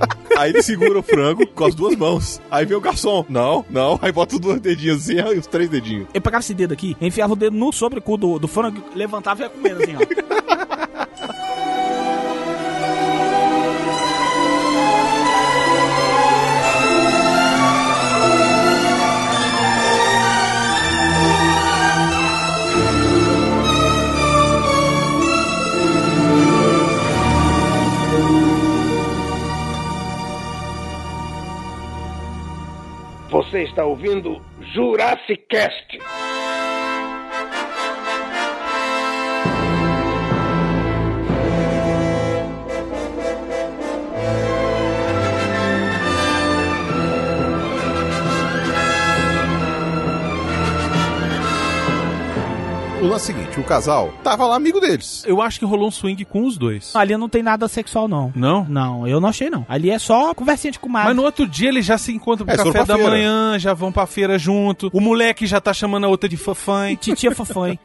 Aí ele segura o frango com as duas mãos. Aí vem o garçom. Não, não. Aí bota os dois dedinhos assim e os três dedinhos. Eu pegava esse dedo aqui, enfiava o dedo no sobrecu do, do frango, levantava e ia comendo assim, ó. Você está ouvindo Jurassic Cast. O lance é o seguinte, o casal tava lá amigo deles. Eu acho que rolou um swing com os dois. Ali não tem nada sexual, não. Não? Não, eu não achei, não. Ali é só conversinha de comadre. Mas no outro dia eles já se encontram pro É, foram café pra da feira. manhã, já vão pra feira junto. O moleque já tá chamando a outra de fafãe. Titia fofãe.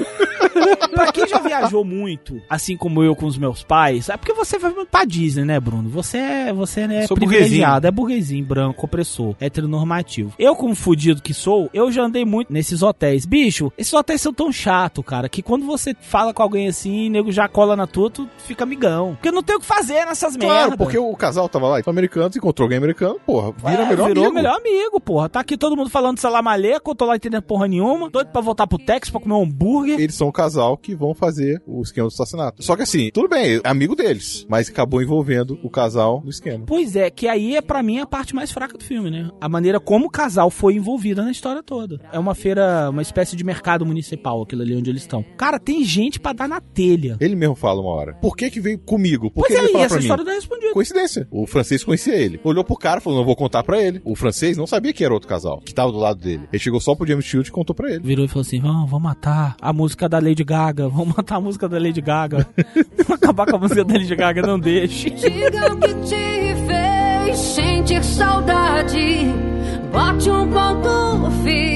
Pra quem já viajou muito, assim como eu com os meus pais, é porque você vai pra Disney, né, Bruno? Você é, você é Sou privilegiado, é burguesinho, branco, opressor, heteronormativo. Eu, como fudido que sou, eu já andei muito nesses hotéis. Bicho, esses hotéis são tão chato, cara, que quando você fala com alguém assim, o nego já cola na tua, tu fica amigão. Porque não tem o que fazer nessas merdas. Claro, porque o casal tava lá, são americanos, encontrou alguém americano, porra, vira É, melhor virou amigo. melhor amigo, porra. Tá aqui todo mundo falando de salamaleco, eu tô lá entendendo porra nenhuma, doido pra voltar pro Texas pra comer um hambúrguer. Eles são o casal que vão fazer o esquema do assassinato. Só que assim, tudo bem, é amigo deles, mas acabou envolvendo o casal no esquema. Pois é, que aí é pra mim a parte mais fraca do filme, né? A maneira como o casal foi envolvido na história toda. É uma feira, uma espécie de mercado municipal, aquilo ali onde eles estão. Cara, tem gente pra dar na telha. Ele mesmo fala uma hora. Por que que veio comigo? Por que Pois ele é, fala e essa pra história mim? não é respondida. Coincidência. O francês conhecia ele. Olhou pro cara e falou, não vou contar pra ele. O francês não sabia que era outro casal, que tava do lado dele. Ele chegou só pro James Shield e contou pra ele. Virou e falou assim, vamos, vamos matar a música da Lady Gaga, vamos matar a música da Lady Gaga. Vamos acabar com a música da Lady Gaga, não deixe. Diga o que te fez sentir saudade. Bote um ponto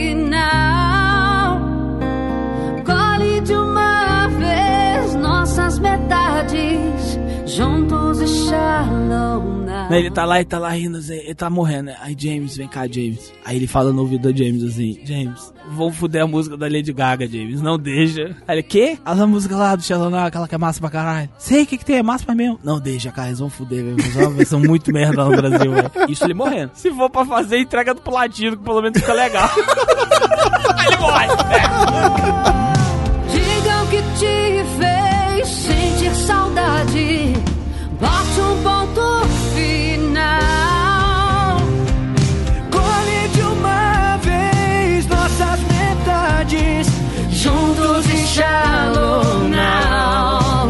final. Colhe de uma vez nossas metades. Juntos e shallow now. Ele tá lá e tá lá rindo, assim, ele tá morrendo, né? Aí, James, vem cá, James. Aí ele fala no ouvido da James assim, James, vão foder a música da Lady Gaga, James, não deixa. Aí ele, quê? Aquela música lá do Shallow Now, aquela que é massa pra caralho. Sei, o que que tem, é massa pra mesmo. Não deixa, cara, eles vão foder, velho. Eles vão ver, são muito merda lá no Brasil, velho. Isso ele morrendo. Se for pra fazer, entrega do platino, que pelo menos fica legal. Aí ele morre. Diga o que te fez sentir saudade. Bote um ponto final. Colhe de uma vez nossas metades. Juntos e shallow now.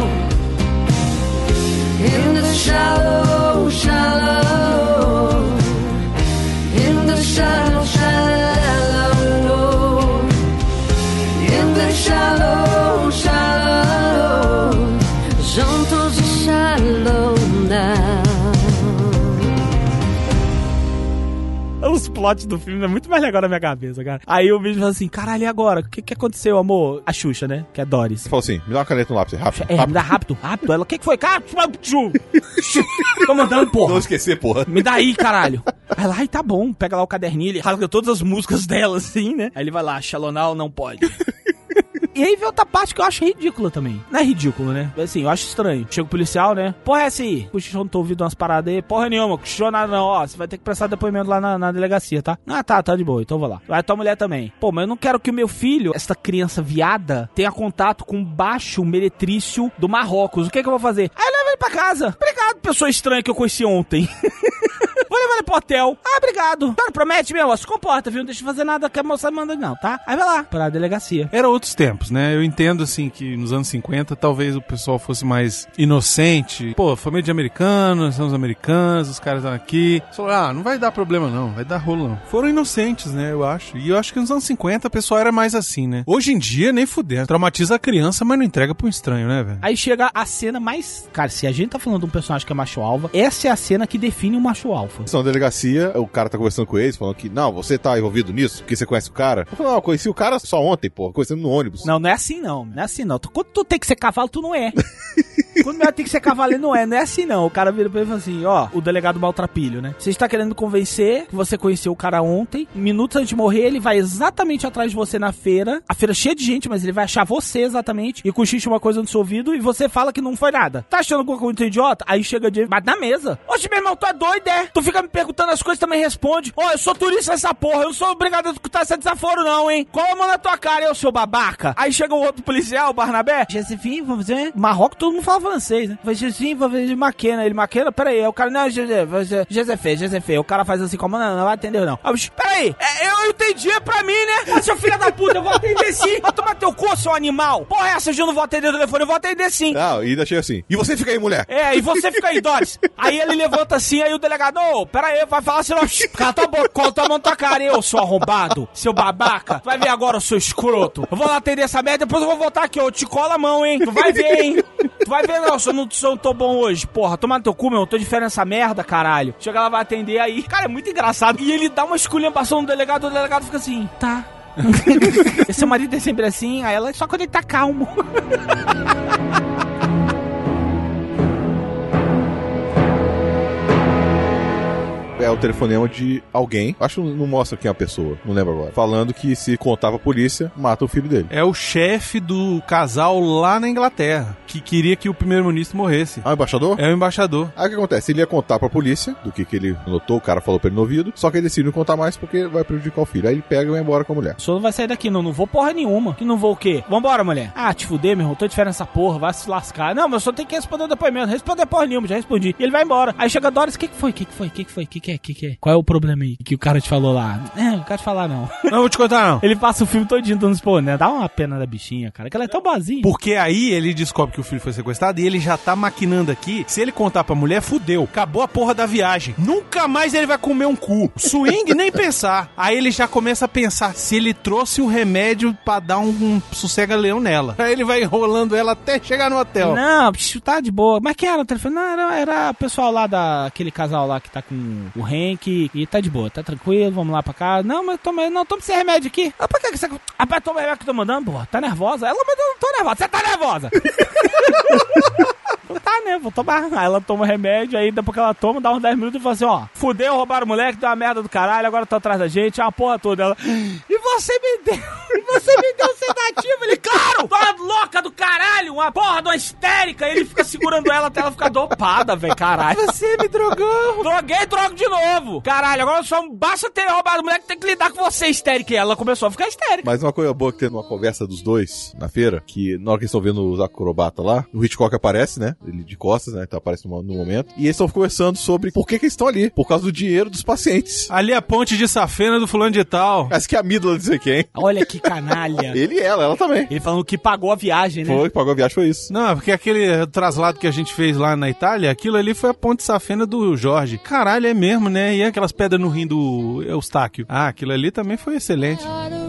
In the shallow, shallow. In the shallow, shallow. In the shallow, shallow. Juntos e shallow now. Os plots do filme é muito mais legal na minha cabeça, cara. Aí o bicho fala assim, caralho, e agora? O que que aconteceu, amor? A Xuxa, né? Que é Doris. Ele falou assim, me dá uma caneta no lápis, rápido. É, me dá rápido, rápido. Ela, o que que foi? Cara, tô mandando, porra. Não esquecer, porra. Me dá aí, caralho. Aí lá, ai, tá bom. Pega lá o caderninho, ele rasga todas as músicas dela, assim, né? Aí ele vai lá, Shallow Now não pode. E aí vem outra parte que eu acho ridícula também. Não é ridículo, né? Assim, eu acho estranho. Chega o policial, né? Porra, é essa aí? Cochichou, não tô ouvindo umas paradas aí. Porra nenhuma, cochichou nada não. Ó, você vai ter que prestar depoimento lá na, na delegacia, tá? Ah, tá, tá de boa, então eu vou lá. Vai tua mulher também. Pô, mas eu não quero que o meu filho, essa criança viada, tenha contato com o baixo meretrício do Marrocos. O que que eu vou fazer? Aí eu levo ele pra casa. Obrigado, pessoa estranha que eu conheci ontem. Vou levar ele pro hotel. Ah, obrigado. Cara, promete, meu, ó, se comporta, viu? Não deixa eu fazer nada que a moça manda não, tá? Aí vai lá, pra delegacia. Era outros tempos, né? Eu entendo, assim, que nos anos cinquenta talvez o pessoal fosse mais inocente. Pô, família de americanos, são os americanos, os caras estão aqui. Só, ah, não vai dar problema não, vai dar rolo não. Foram inocentes, né, eu acho. E eu acho que nos anos cinquenta o pessoal era mais assim, né? Hoje em dia, nem fuder. Traumatiza a criança, mas não entrega pra um estranho, né, velho? Aí chega a cena mais... Cara, se a gente tá falando de um personagem que é macho-alfa, essa é a cena que define o macho-alfa. Na delegacia, o cara tá conversando com eles, falando que, não, você tá envolvido nisso, porque você conhece o cara. Eu falei, não, eu conheci o cara só ontem, pô, conhecendo no ônibus. Não, não é assim não, não é assim não. Quando tu tem que ser cavalo, tu não é. Quando tem que ser cavaleiro, não é, não é assim não. O cara vira pra ele e fala assim, ó, o delegado maltrapilho, né? Você está querendo convencer que você conheceu o cara ontem, minutos antes de morrer, ele vai exatamente atrás de você na feira, a feira cheia de gente, mas ele vai achar você exatamente, e cochicha uma coisa no seu ouvido, e você fala que não foi nada. Tá achando alguma coisa muito idiota? Aí chega de bate na mesa. Oxe, meu irmão, tu é doido, é? Tu fica me perguntando as coisas, também responde. Ó, oh, eu sou turista nessa porra, eu não sou obrigado a escutar esse desaforo não, hein? Qual a mão na tua cara, eu sou babaca? Aí chega o outro policial, o Barnabé. Josephine, vamos ver. Marrocos, todo mundo fala francês, né? Vai Josephine, vou ver de Maquena. Ele, Maquena, peraí. Aí o cara, não, Josephine, Josephine. O cara faz assim, como, não, não vai atender não. Aí, peraí, é, eu entendi, é pra mim, né? Mas, seu filho da puta, eu vou atender sim. Vai tomar teu cu, seu animal. Porra, essa eu não vou atender o telefone, eu vou atender sim. Não, e ainda chega assim. E você fica aí, mulher? É, e você fica aí, Doris. Aí ele levanta assim, aí o delegado, ô, oh, pera aí, vai falar assim, cala tua boca, cola tua mão na tua cara, eu, seu arrombado, seu babaca. Tu vai ver agora, seu escroto. Eu vou lá atender essa merda, depois eu vou voltar aqui, ó, eu te cola a mão, hein. Tu vai ver, hein. Tu vai ver, não, se eu não, se eu não tô bom hoje. Porra, toma no teu cu, meu, eu tô de férias nessa merda, caralho. Chega lá, vai atender aí. Cara, é muito engraçado. E ele dá uma esculhambação no delegado, o delegado fica assim, tá. Seu marido é sempre assim, aí ela só quando ele tá calmo. É o telefonema de alguém, acho que não mostra quem é a pessoa, não lembro agora, falando que se contar pra polícia, mata o filho dele. É o chefe do casal lá na Inglaterra, que queria que o primeiro-ministro morresse. Ah, o embaixador? É o embaixador. Aí o que acontece? Ele ia contar pra polícia do que, que ele notou, o cara falou pra ele no ouvido, só que ele decide não contar mais porque vai prejudicar o filho. Aí ele pega e vai embora com a mulher. O senhor não vai sair daqui, não, não vou porra nenhuma. Que não vou o quê? Vambora, mulher. Ah, te fuder, meu irmão, tô de férias nessa porra, vai se lascar. Não, mas eu só tenho que responder o depoimento. Responder porra nenhuma, já respondi. E ele vai embora. Aí chega a Doris, o que que foi? O que que foi? O que que foi? O que que é? O que que é? Qual é o problema aí que o cara te falou lá? É, não quero te falar não. Não vou te contar não. Ele passa o filme todinho dando expor, né? Dá uma pena da bichinha, cara, que ela é tão boazinha. Porque aí ele descobre que o filho foi sequestrado e ele já tá maquinando aqui. Se ele contar pra mulher, fudeu. Acabou a porra da viagem. Nunca mais ele vai comer um cu. Swing, nem pensar. Aí ele já começa a pensar se ele trouxe o remédio pra dar um, um sossega-leão nela. Aí ele vai enrolando ela até chegar no hotel. Não, bicho, tá de boa. Mas quem era o telefone? Não, era, era o pessoal lá daquele casal lá que tá com o Hank e tá de boa, tá tranquilo, vamos lá pra casa. Não, mas toma, não, toma esse remédio aqui. Ah, pra que que você... Rapaz, toma o remédio que eu tô mandando, porra. Tá nervosa? Ela, mas eu não tô nervosa. Você tá nervosa? Não tá, né? Vou tomar. Aí ela toma o remédio, aí depois que ela toma, dá uns dez minutos e fala assim, ó, fudeu, roubaram o moleque, deu uma merda do caralho, agora tá atrás da gente, é uma porra toda. Ela, e você me deu, e você me deu sedativo? Ele, claro, toda louca do caralho, uma porra de uma histérica. Ele fica segurando ela até ela ficar dopada, velho, caralho. Você me drogou. Droguei e drogo de novo. Caralho, agora só basta ter roubado o moleque, tem que lidar com você, histérica. E ela começou a ficar histérica. Mas uma coisa boa que tem numa conversa dos dois na feira, que na hora que eles estão vendo os acrobatas lá, o Hitchcock aparece, né? Ele de costas, né? Então aparece no, no momento. E eles estão conversando sobre por que, que eles estão ali. Por causa do dinheiro dos pacientes. Ali é a ponte de safena do fulano de tal. Essa que é a amígdala de sei quem. Olha que canalha. Ele e ela, ela também. Ele falando que pagou a viagem, né? Foi, que pagou a viagem, foi isso. Não, porque aquele traslado que a gente fez lá na Itália, aquilo ali foi a ponte de safena do Jorge. Caralho, é mesmo, né? E aquelas pedras no rim do Eustáquio. Ah, aquilo ali também foi excelente.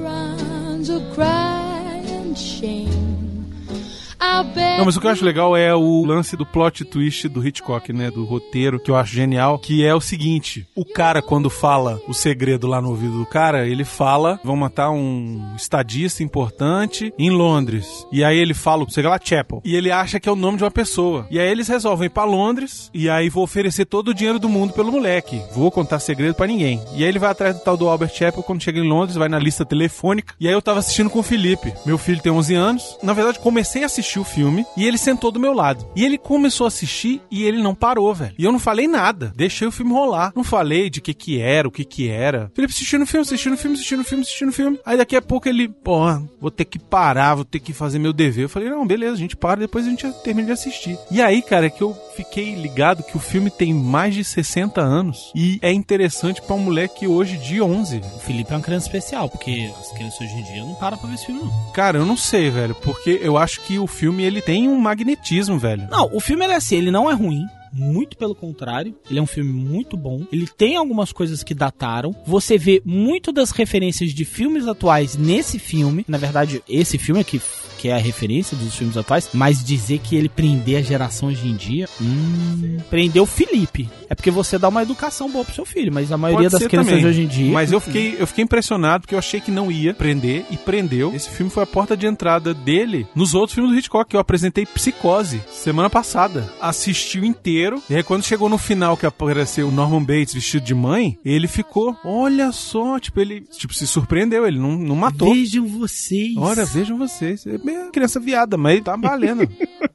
Não, mas o que eu acho legal é o lance do plot twist do Hitchcock, né? Do roteiro, que eu acho genial, que é o seguinte: o cara, quando fala o segredo lá no ouvido do cara, ele fala, vão matar um estadista importante em Londres. E aí ele fala, chega lá, Chapel. E ele acha que é o nome de uma pessoa. E aí eles resolvem ir pra Londres, e aí vou oferecer todo o dinheiro do mundo pelo moleque. Vou contar segredo pra ninguém. E aí ele vai atrás do tal do Albert Chapel, quando chega em Londres, vai na lista telefônica. E aí eu tava assistindo com o Felipe. Meu filho tem onze anos. Na verdade, comecei a assistir o filme e ele sentou do meu lado. E ele começou a assistir e ele não parou, velho. E eu não falei nada. Deixei o filme rolar. Não falei de que que era, o que que era. Felipe assistindo o filme, assistindo o filme, assistindo o filme, assistindo o filme. Aí daqui a pouco ele, pô, vou ter que parar, vou ter que fazer meu dever. Eu falei, não, beleza, a gente para, depois a gente termina de assistir. E aí, cara, é que eu fiquei ligado que o filme tem mais de sessenta anos e é interessante pra um moleque hoje de onze. O Felipe é uma criança especial, porque as crianças hoje em dia não param pra ver esse filme, não. Cara, eu não sei, velho, porque eu acho que o filme, ele tem um magnetismo, velho. Não, o filme, ele é assim, ele não é ruim. Muito pelo contrário, ele é um filme muito bom. Ele tem algumas coisas que dataram. Você vê muito das referências de filmes atuais nesse filme. Na verdade, esse filme aqui, que é a referência dos filmes atuais, mas dizer que ele prender a geração hoje em dia, hum, prendeu o Felipe. É porque você dá uma educação boa pro seu filho, mas a maioria das crianças também, hoje em dia... Mas eu fiquei, eu fiquei impressionado, porque eu achei que não ia prender, e prendeu. Esse filme foi a porta de entrada dele nos outros filmes do Hitchcock, que eu apresentei Psicose, semana passada. Assisti o inteiro, e aí quando chegou no final, que apareceu o Norman Bates vestido de mãe, ele ficou, olha só, tipo, ele tipo, se surpreendeu, ele não, não matou. Vejam vocês. Ora, vejam vocês. É criança viada, mas tá valendo.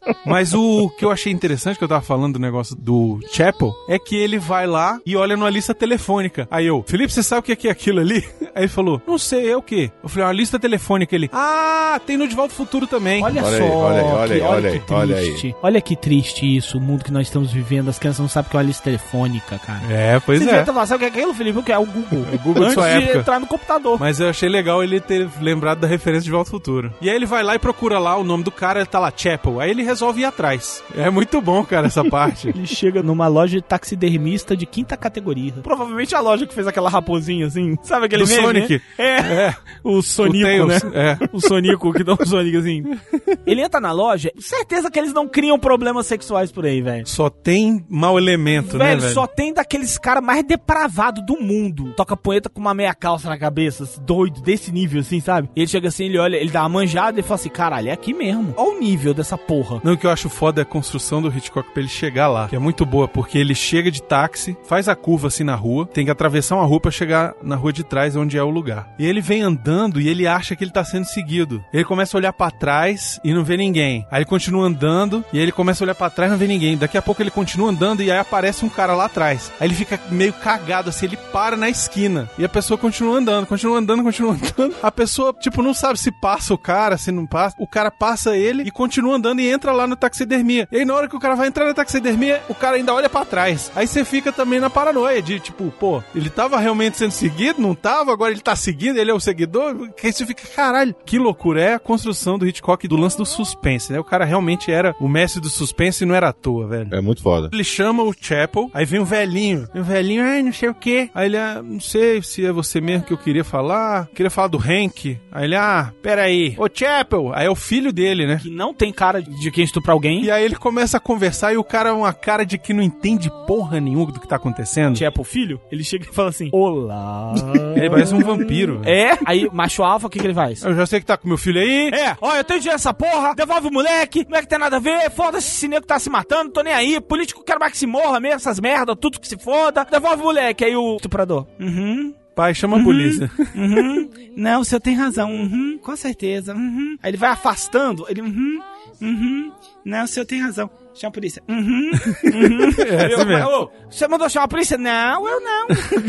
Mas o que eu achei interessante, que eu tava falando do negócio do Chapel, é que ele vai lá e olha numa lista telefônica. Aí eu, Felipe, você sabe o que é aquilo ali? Aí ele falou, não sei, é o quê? Eu falei, uma lista telefônica. Ele, ah, tem no De Volta ao Futuro também. Olha, Olha só, aí, olha aí, olha que, aí, olha, olha que aí, triste. olha aí. Olha que triste isso, o mundo que nós estamos vivendo. As crianças não sabem o que é uma lista telefônica, cara. É, pois Você é. devia falar, sabe o que é aquilo, Felipe? O que é o Google? O Google de Antes sua de época. entrar no computador. Mas eu achei legal ele ter lembrado da referência de Volta ao Futuro. E aí ele vai lá e procura lá o nome do cara, ele tá lá, Chapel. Aí ele resolve ir atrás. É muito bom, cara, essa parte. Ele chega numa loja de taxidermista de quinta categoria. Provavelmente a loja que fez aquela raposinha assim. Sabe aquele Do meme, Sonic. né? É. é. O Sonico, o né? Tails, é. O Sonico, que dá um Sonic assim. Ele entra na loja, certeza que eles não criam problemas sexuais por aí, velho. Só tem mau elemento, né, Velho, velho? só tem daqueles caras mais depravados do mundo. Toca punheta com uma meia calça na cabeça, doido, desse nível assim, sabe? E ele chega assim, ele olha, ele dá uma manjada e fala assim, caralho, é aqui mesmo. Olha o nível dessa porra. Não, o que eu acho foda é a construção do Hitchcock pra ele chegar lá, que é muito boa, porque ele chega de táxi, faz a curva assim na rua, tem que atravessar uma rua pra chegar na rua de trás, onde é o lugar. E ele vem andando e ele acha que ele tá sendo seguido. Ele começa a olhar pra trás e não vê ninguém. Aí ele continua andando e aí ele começa a olhar pra trás e não vê ninguém. Daqui a pouco ele continua andando e aí aparece um cara lá atrás. Aí ele fica meio cagado assim, ele para na esquina e a pessoa continua andando, continua andando, continua andando. A pessoa, tipo, não sabe se passa o cara, se não passa. O cara passa ele e continua andando e entra lá no taxidermia. E aí na hora que o cara vai entrar na taxidermia, o cara ainda olha pra trás. Aí você fica também na paranoia de, tipo, pô, ele tava realmente sendo seguido? Não tava? Agora ele tá seguindo? Ele é o seguidor? Que aí você fica, caralho, que loucura. É a construção do Hitchcock do lance do suspense, né? O cara realmente era o mestre do suspense e não era à toa, velho. É muito foda. Ele chama o Chapel, aí vem o velhinho. E o velhinho, ai, não sei o quê. Aí ele, ah, não sei se é você mesmo que eu queria falar. Queria falar do Hank. Aí ele, ah, peraí. Ô, Chapel. Aí é o filho dele, né? Que não tem cara de quem estupra alguém. E aí ele começa a conversar e o cara é uma cara de que não entende porra nenhuma do que tá acontecendo. Chapel, filho, ele chega e fala assim, olá. Ele parece um vampiro. É? Aí, macho alfa, o que que ele faz? Eu já sei que tá com meu filho aí. É, ó, eu tenho dinheiro essa porra, devolve o moleque, não é que tem nada a ver, foda-se esse nego que tá se matando, tô nem aí, político quero mais que se morra mesmo, essas merdas, tudo que se foda, devolve o moleque, aí o estuprador. Uhum. Pai, chama a polícia. Uhum. Não, o senhor tem razão, uhum, com certeza, uhum. Aí ele vai afastando, ele, uhum, uhum, não, o senhor tem razão. Chama a polícia. Uhum. Uhum. É, eu, assim mesmo. Ô, você mandou chamar a polícia? Não, eu não.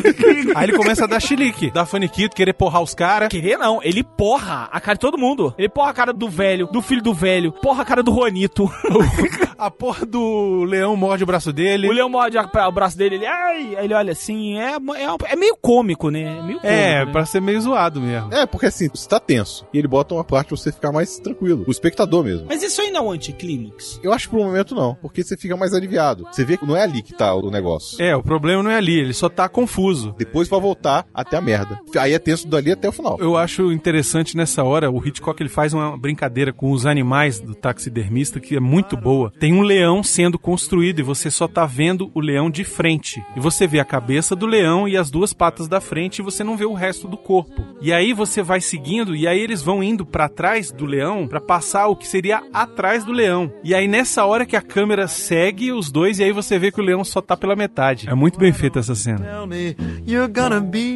Aí ele começa a dar chilique, dar faniquito, querer porrar os caras. Querer não, ele porra a cara de todo mundo. Ele porra a cara do velho, do filho do velho, porra a cara do Juanito. A porra do leão morde o braço dele. O leão morde a- o braço dele, ele, ai, aí ele olha assim, é, é, é meio cômico, né? É meio cômico, É, né? pra ser meio zoado mesmo. É, porque assim, você tá tenso. E ele bota uma parte pra você ficar mais tranquilo. O espectador mesmo. Mas isso aí não é um anticlímax. Eu acho que por um momento não, porque você fica mais aliviado. Você vê que não é ali que tá o negócio. É, o problema não é ali, ele só tá confuso. Depois vai voltar até a merda. Aí é tenso dali até o final. Eu acho interessante nessa hora, o Hitchcock ele faz uma brincadeira com os animais do taxidermista que é muito boa. Tem um leão sendo construído e você só tá vendo o leão de frente. E você vê a cabeça do leão e as duas patas da frente e você não vê o resto do corpo. E aí você vai seguindo e aí eles vão indo pra trás do leão pra passar o que seria atrás do leão. E aí nessa hora que a câmera segue os dois e aí você vê que o leão só tá pela metade. É muito bem feita essa cena. Tell me you're gonna be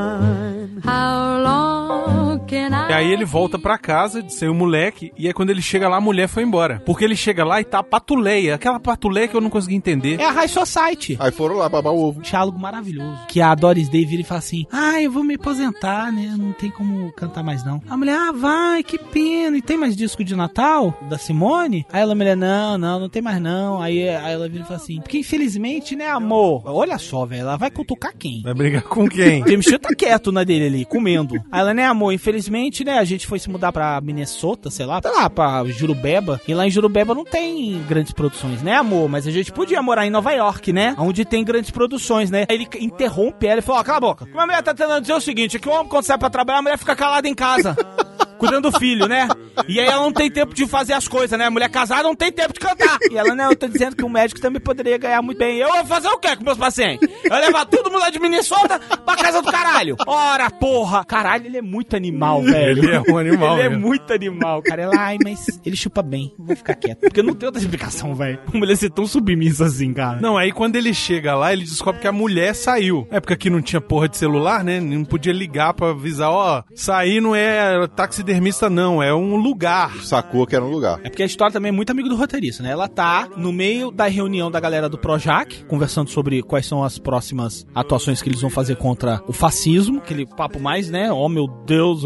mine. How long can E I? aí ele volta pra casa, sem o moleque, e aí quando ele chega lá, a mulher foi embora. Porque ele chega lá e tá a patuleia, aquela patuleia que eu não consegui entender. É a High Society. Aí foram lá babar o ovo. Um diálogo maravilhoso. Que a Doris Day vira e fala assim, ah, eu vou me aposentar, né? Não tem como cantar mais não. A mulher, ah, vai, que pena. E tem mais disco de Natal? Da Simone? Aí ela, a mulher, não, não, não tem mais não. Aí, aí ela vira e fala assim, porque infelizmente, né, amor? Olha só, velho, ela vai cutucar quem? Vai brigar com quem? James Chan tá quieto na dele ali, comendo. Aí ela, né, amor, infelizmente, né, a gente foi se mudar pra Minnesota, sei lá, sei lá, pra Jurubeba. E lá em Jurubeba não tem grandes produções, né, amor? Mas a gente podia morar em Nova York, né? Onde tem grandes produções, né? Aí ele interrompe ela e fala, ó, cala a boca. Minha mulher tá tentando dizer o seguinte, é que o homem quando sai pra trabalhar, a mulher fica calada em casa. Cuidando do filho, né? E aí ela não tem tempo de fazer as coisas, né? A mulher casada não tem tempo de cantar. E ela, não, eu tô dizendo que o médico também poderia ganhar muito bem. Eu vou fazer o quê com meus pacientes? Eu levar todo mundo lá de Minnesota pra casa do caralho. Ora, porra. Caralho, ele é muito animal, velho. Ele é um animal Ele é mesmo. muito animal, cara. Ela, ai, mas ele chupa bem. Vou ficar quieto. Porque não tem outra explicação, velho. A mulher ser tão submissa assim, cara. Não, aí quando ele chega lá, ele descobre que a mulher saiu. É porque aqui não tinha porra de celular, né? Não podia ligar pra avisar, ó, sair não é taxidermia taxidermista não, é um lugar. Sacou que era um lugar. É porque a história também é muito amigo do roteirista, né? Ela tá no meio da reunião da galera do Projac, conversando sobre quais são as próximas atuações que eles vão fazer contra o fascismo, aquele papo mais, né? Oh, meu Deus.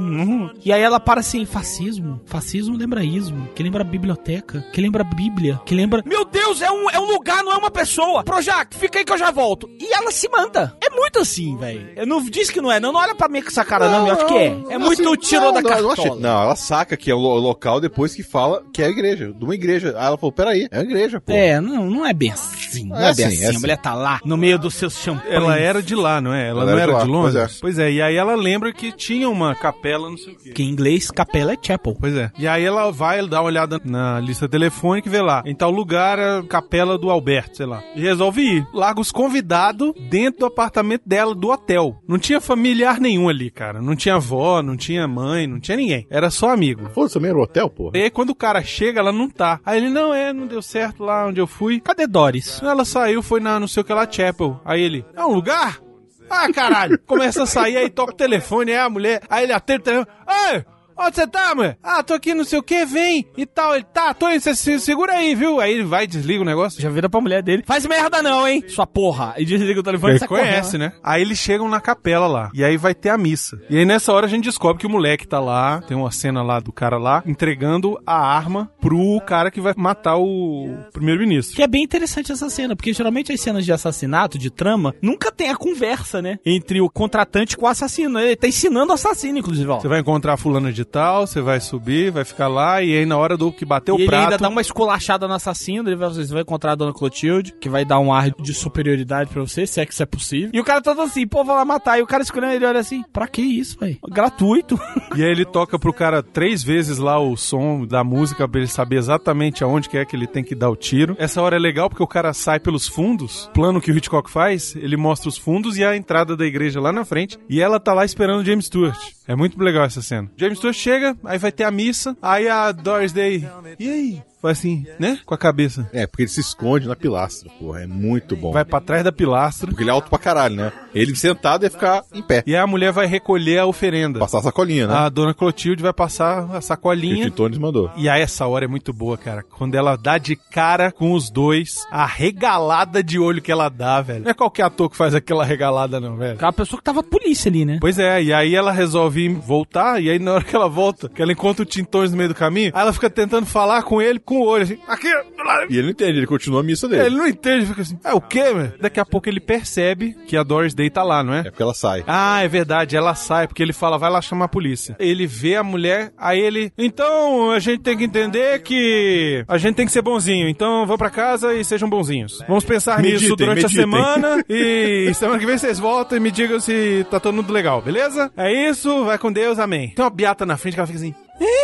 E aí ela para assim, fascismo? Fascismo lembra ismo, que lembra biblioteca, que lembra bíblia, que lembra... Meu Deus, é um, é um lugar, não é uma pessoa. Projac, fica aí que eu já volto. E ela se manda. É muito assim, velho. Eu não disse que não é, não. Não olha pra mim com essa cara, não. não eu acho que é. É muito assim, tirou da cartola. Não, não, ela saca que é o local depois que fala que é a igreja. De uma igreja. Aí ela falou, peraí, é a igreja, pô. É, não, não é bem assim. Não é, é bem assim. assim. É assim. A mulher tá lá, no meio dos seus champanhes. Ela era de lá, não é? Ela, ela não era de, de Londres? Pois é. pois é. E aí ela lembra que tinha uma capela, não sei o quê. Que em inglês, capela é chapel. Pois é. E aí ela vai dar uma olhada na lista telefônica e vê lá. Em tal lugar, a capela do Alberto, sei lá. E resolve ir. Larga os convidados dentro do apartamento dela, do hotel. Não tinha familiar nenhum ali, cara. Não tinha avó, não tinha mãe, não tinha ninguém. Era só amigo. Foda-se, também era o hotel, pô. E aí quando o cara chega, ela não tá. Aí ele, não, é, não deu certo lá onde eu fui. Cadê Doris? Ela saiu, foi na não sei o que lá, Chapel. Aí ele, é um lugar? Ah, caralho. Começa a sair, aí toca o telefone, é a mulher. Aí ele atende o telefone. Ei! Onde você tá, mulher? Ah, tô aqui, não sei o que, vem e tal. Ele, tá, tô aí, você se segura aí, viu? Aí ele vai e desliga o negócio. Já vira pra mulher dele. Faz merda não, hein? Sua porra. E desliga o telefone. Ele conhece, correndo, né? Aí eles chegam na capela lá. E aí vai ter a missa. E aí nessa hora a gente descobre que o moleque tá lá. Tem uma cena lá do cara lá, entregando a arma pro cara que vai matar o primeiro-ministro. Que é bem interessante essa cena, porque geralmente as cenas de assassinato, de trama, nunca tem a conversa, né? Entre o contratante com o assassino. Ele tá ensinando o assassino, inclusive, ó. Você vai encontrar fulano de tal, você vai subir, vai ficar lá, e aí na hora do que bater o e prato... ele ainda dá uma esculachada no assassino, ele vai, você vai encontrar a Dona Clotilde, que vai dar um ar de superioridade pra você, se é que isso é possível. E o cara todo assim, pô, vai lá matar. E o cara escolhendo, ele olha assim, pra que isso, velho? Gratuito. E aí ele toca pro cara três vezes lá o som da música, pra ele saber exatamente aonde que é que ele tem que dar o tiro. Essa hora é legal porque o cara sai pelos fundos, plano que o Hitchcock faz, ele mostra os fundos e a entrada da igreja lá na frente, e ela tá lá esperando o James Stewart. É muito legal essa cena. James Stewart chega, aí vai ter a missa, aí a Doris Day, e aí? Vai assim, né? Com a cabeça. É, porque ele se esconde na pilastra, porra. É muito bom. Vai pra trás da pilastra. Porque ele é alto pra caralho, né? Ele sentado ia ficar em pé. E aí a mulher vai recolher a oferenda. Passar a sacolinha, né? A Dona Clotilde vai passar a sacolinha. Que o Titones mandou. E aí essa hora é muito boa, cara. Quando ela dá de cara com os dois, a regalada de olho que ela dá, velho. Não é qualquer ator que faz aquela regalada, não, velho. Aquela pessoa que tava polícia ali, né? Pois é, e aí ela resolve voltar, e aí na hora que ela volta, que ela encontra o Titones no meio do caminho, aí ela fica tentando falar com ele com o olho, assim, aqui. E ele não entende, ele continua a missa dele. Ele não entende, fica assim, é o quê, velho? Daqui a pouco ele percebe que a Doris Day tá lá, não é? É porque ela sai. Ah, é verdade, ela sai, porque ele fala, vai lá chamar a polícia. Ele vê a mulher, aí ele, então a gente tem que entender que a gente tem que ser bonzinho, então vão pra casa e sejam bonzinhos. Vamos pensar meditem, nisso durante meditem. a semana e semana que vem vocês voltam e me digam se tá todo mundo legal, beleza? É isso, vai com Deus, amém. Tem uma beata na frente que ela fica assim,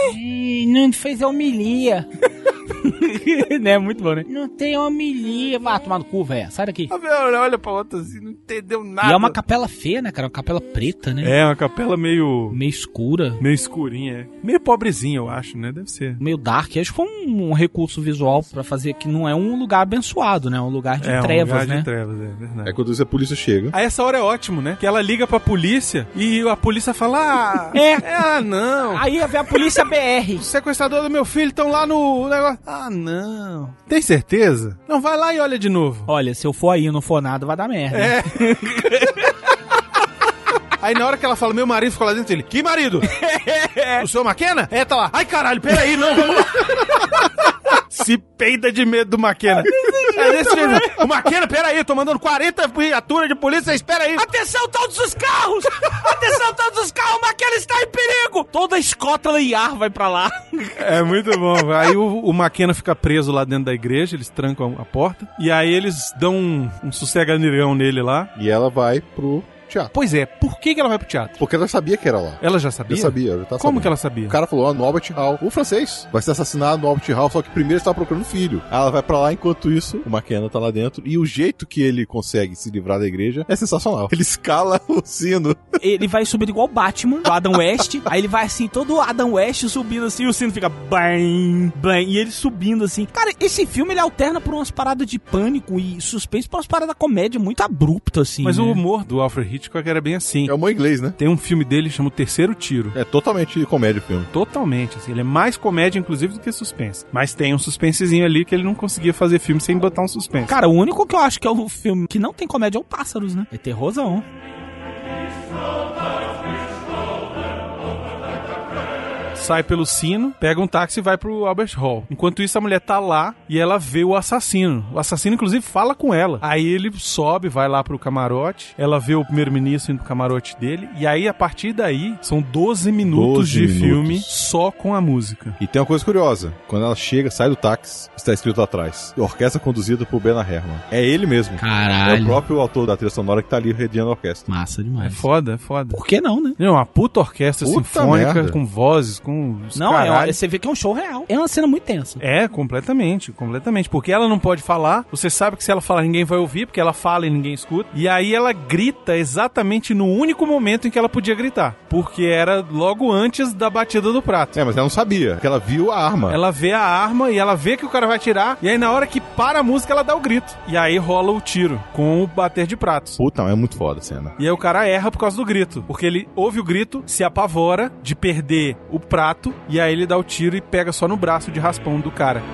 Ih, não fez a homilia. Né, muito bom, né? Não tem homilia. Vá tomar no cu, velho. Sai daqui. Olha, olha pra outra assim, não entendeu nada. E é uma capela feia, né, cara? Uma capela preta, né? É, uma capela meio... Meio escura. Meio escurinha, é. Meio pobrezinha, eu acho, né? Deve ser. Meio dark. Acho que foi um, um recurso visual pra fazer que não é um lugar abençoado, né? É um lugar de é, trevas, um lugar né? de trevas, é verdade. É quando a polícia chega. Aí essa hora é ótimo, né? Que ela liga pra polícia e a polícia fala, ah... É. é ah, não. Aí vem a polícia B R. Os sequestradores do meu filho estão lá no negócio. Ah, não. Tem certeza? Não, vai lá e olha de novo. Olha, se eu for aí e não for nada, vai dar merda. É. Aí na hora que ela fala, meu marido ficou lá dentro dele. Que marido? O seu Maquena? É, tá lá. Ai, caralho, peraí, não, vamos lá. Se peida de medo do Maquena. É desse jeito. O Maquena, peraí, eu tô mandando quarenta viaturas de polícia, espera aí. Atenção, todos os carros! Atenção, todos os carros, o Maquena está em perigo! Toda a Scotland Yard vai pra lá. É muito bom. Aí o, o Maquena fica preso lá dentro da igreja, eles trancam a porta. E aí eles dão um, um sosseganirão nele lá. E ela vai pro... teatro. Pois é, por que, que ela vai pro teatro? Porque ela sabia que era lá. Ela já sabia? Já sabia, já tá Como sabendo. que ela sabia? O cara falou, ó, no Albert Hall. O francês vai ser assassinado no Albert Hall, só que primeiro ele tava procurando o filho. Aí ela vai pra lá, enquanto isso, o McKenna tá lá dentro, e o jeito que ele consegue se livrar da igreja é sensacional. Ele escala o sino. Ele vai subindo igual o Batman, do Adam West, aí ele vai assim, todo Adam West subindo assim, e o sino fica bang, bang, e ele subindo assim. Cara, esse filme ele alterna por umas paradas de pânico e suspense pra umas paradas da comédia muito abruptas, assim. Mas né? o humor do Alfred Hitchcock era bem assim. É o humor inglês, né? Tem um filme dele que chama O Terceiro Tiro. É totalmente comédia o filme. Totalmente, assim. Ele é mais comédia, inclusive, do que suspense. Mas tem um suspensezinho ali que ele não conseguia fazer filme sem botar um suspense. Cara, o único que eu acho que é o filme que não tem comédia é o Pássaros, né? É terrorzão. Sai pelo sino, pega um táxi e vai pro Albert Hall. Enquanto isso, a mulher tá lá e ela vê o assassino. O assassino, inclusive, fala com ela. Aí ele sobe, vai lá pro camarote, ela vê o primeiro-ministro indo pro camarote dele, e aí, a partir daí, são doze minutos doze de minutos. filme só com a música. E tem uma coisa curiosa. Quando ela chega, sai do táxi, está escrito atrás: orquestra conduzida por Bernard Herrmann. É ele mesmo. Caralho. É o próprio autor da trilha sonora que tá ali rediando a orquestra. Massa É demais. foda, é foda. Por que não, né? Não, uma puta orquestra Puta sinfônica merda. com vozes, com os Não, é, caralho. você vê que é um show real. É uma cena muito tensa. É, completamente, completamente. Porque ela não pode falar, você sabe que se ela falar ninguém vai ouvir, porque ela fala e ninguém escuta. E aí ela grita exatamente no único momento em que ela podia gritar. Porque era logo antes da batida do prato. É, mas ela não sabia, que ela viu a arma. Ela vê a arma e ela vê que o cara vai atirar, e aí na hora que para a música ela dá o grito. E aí rola o tiro, com o bater de pratos. Puta, é muito foda a cena. E aí o cara erra por causa do grito, porque ele ouve o grito, se apavora de perder o prato, e aí ele dá o tiro e pega só no braço de raspão do cara.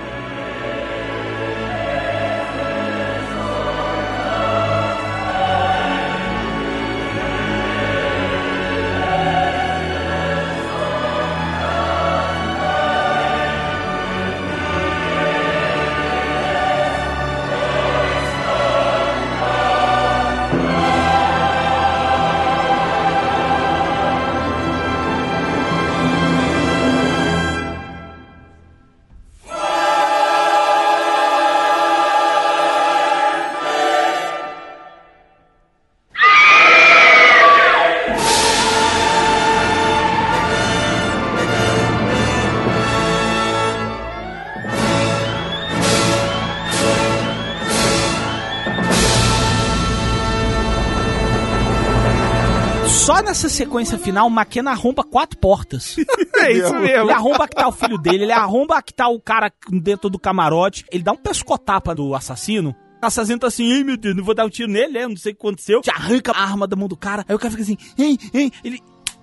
Só nessa sequência final, o McKenna arromba quatro portas. É isso mesmo. Ele arromba que tá o filho dele, ele arromba que tá o cara dentro do camarote, ele dá um pescotapa do assassino. O assassino tá assim, ei meu Deus, não vou dar um tiro nele, né? Não sei o que aconteceu. Te arranca a arma da mão do cara. Aí o cara fica assim, ei, ei, ele...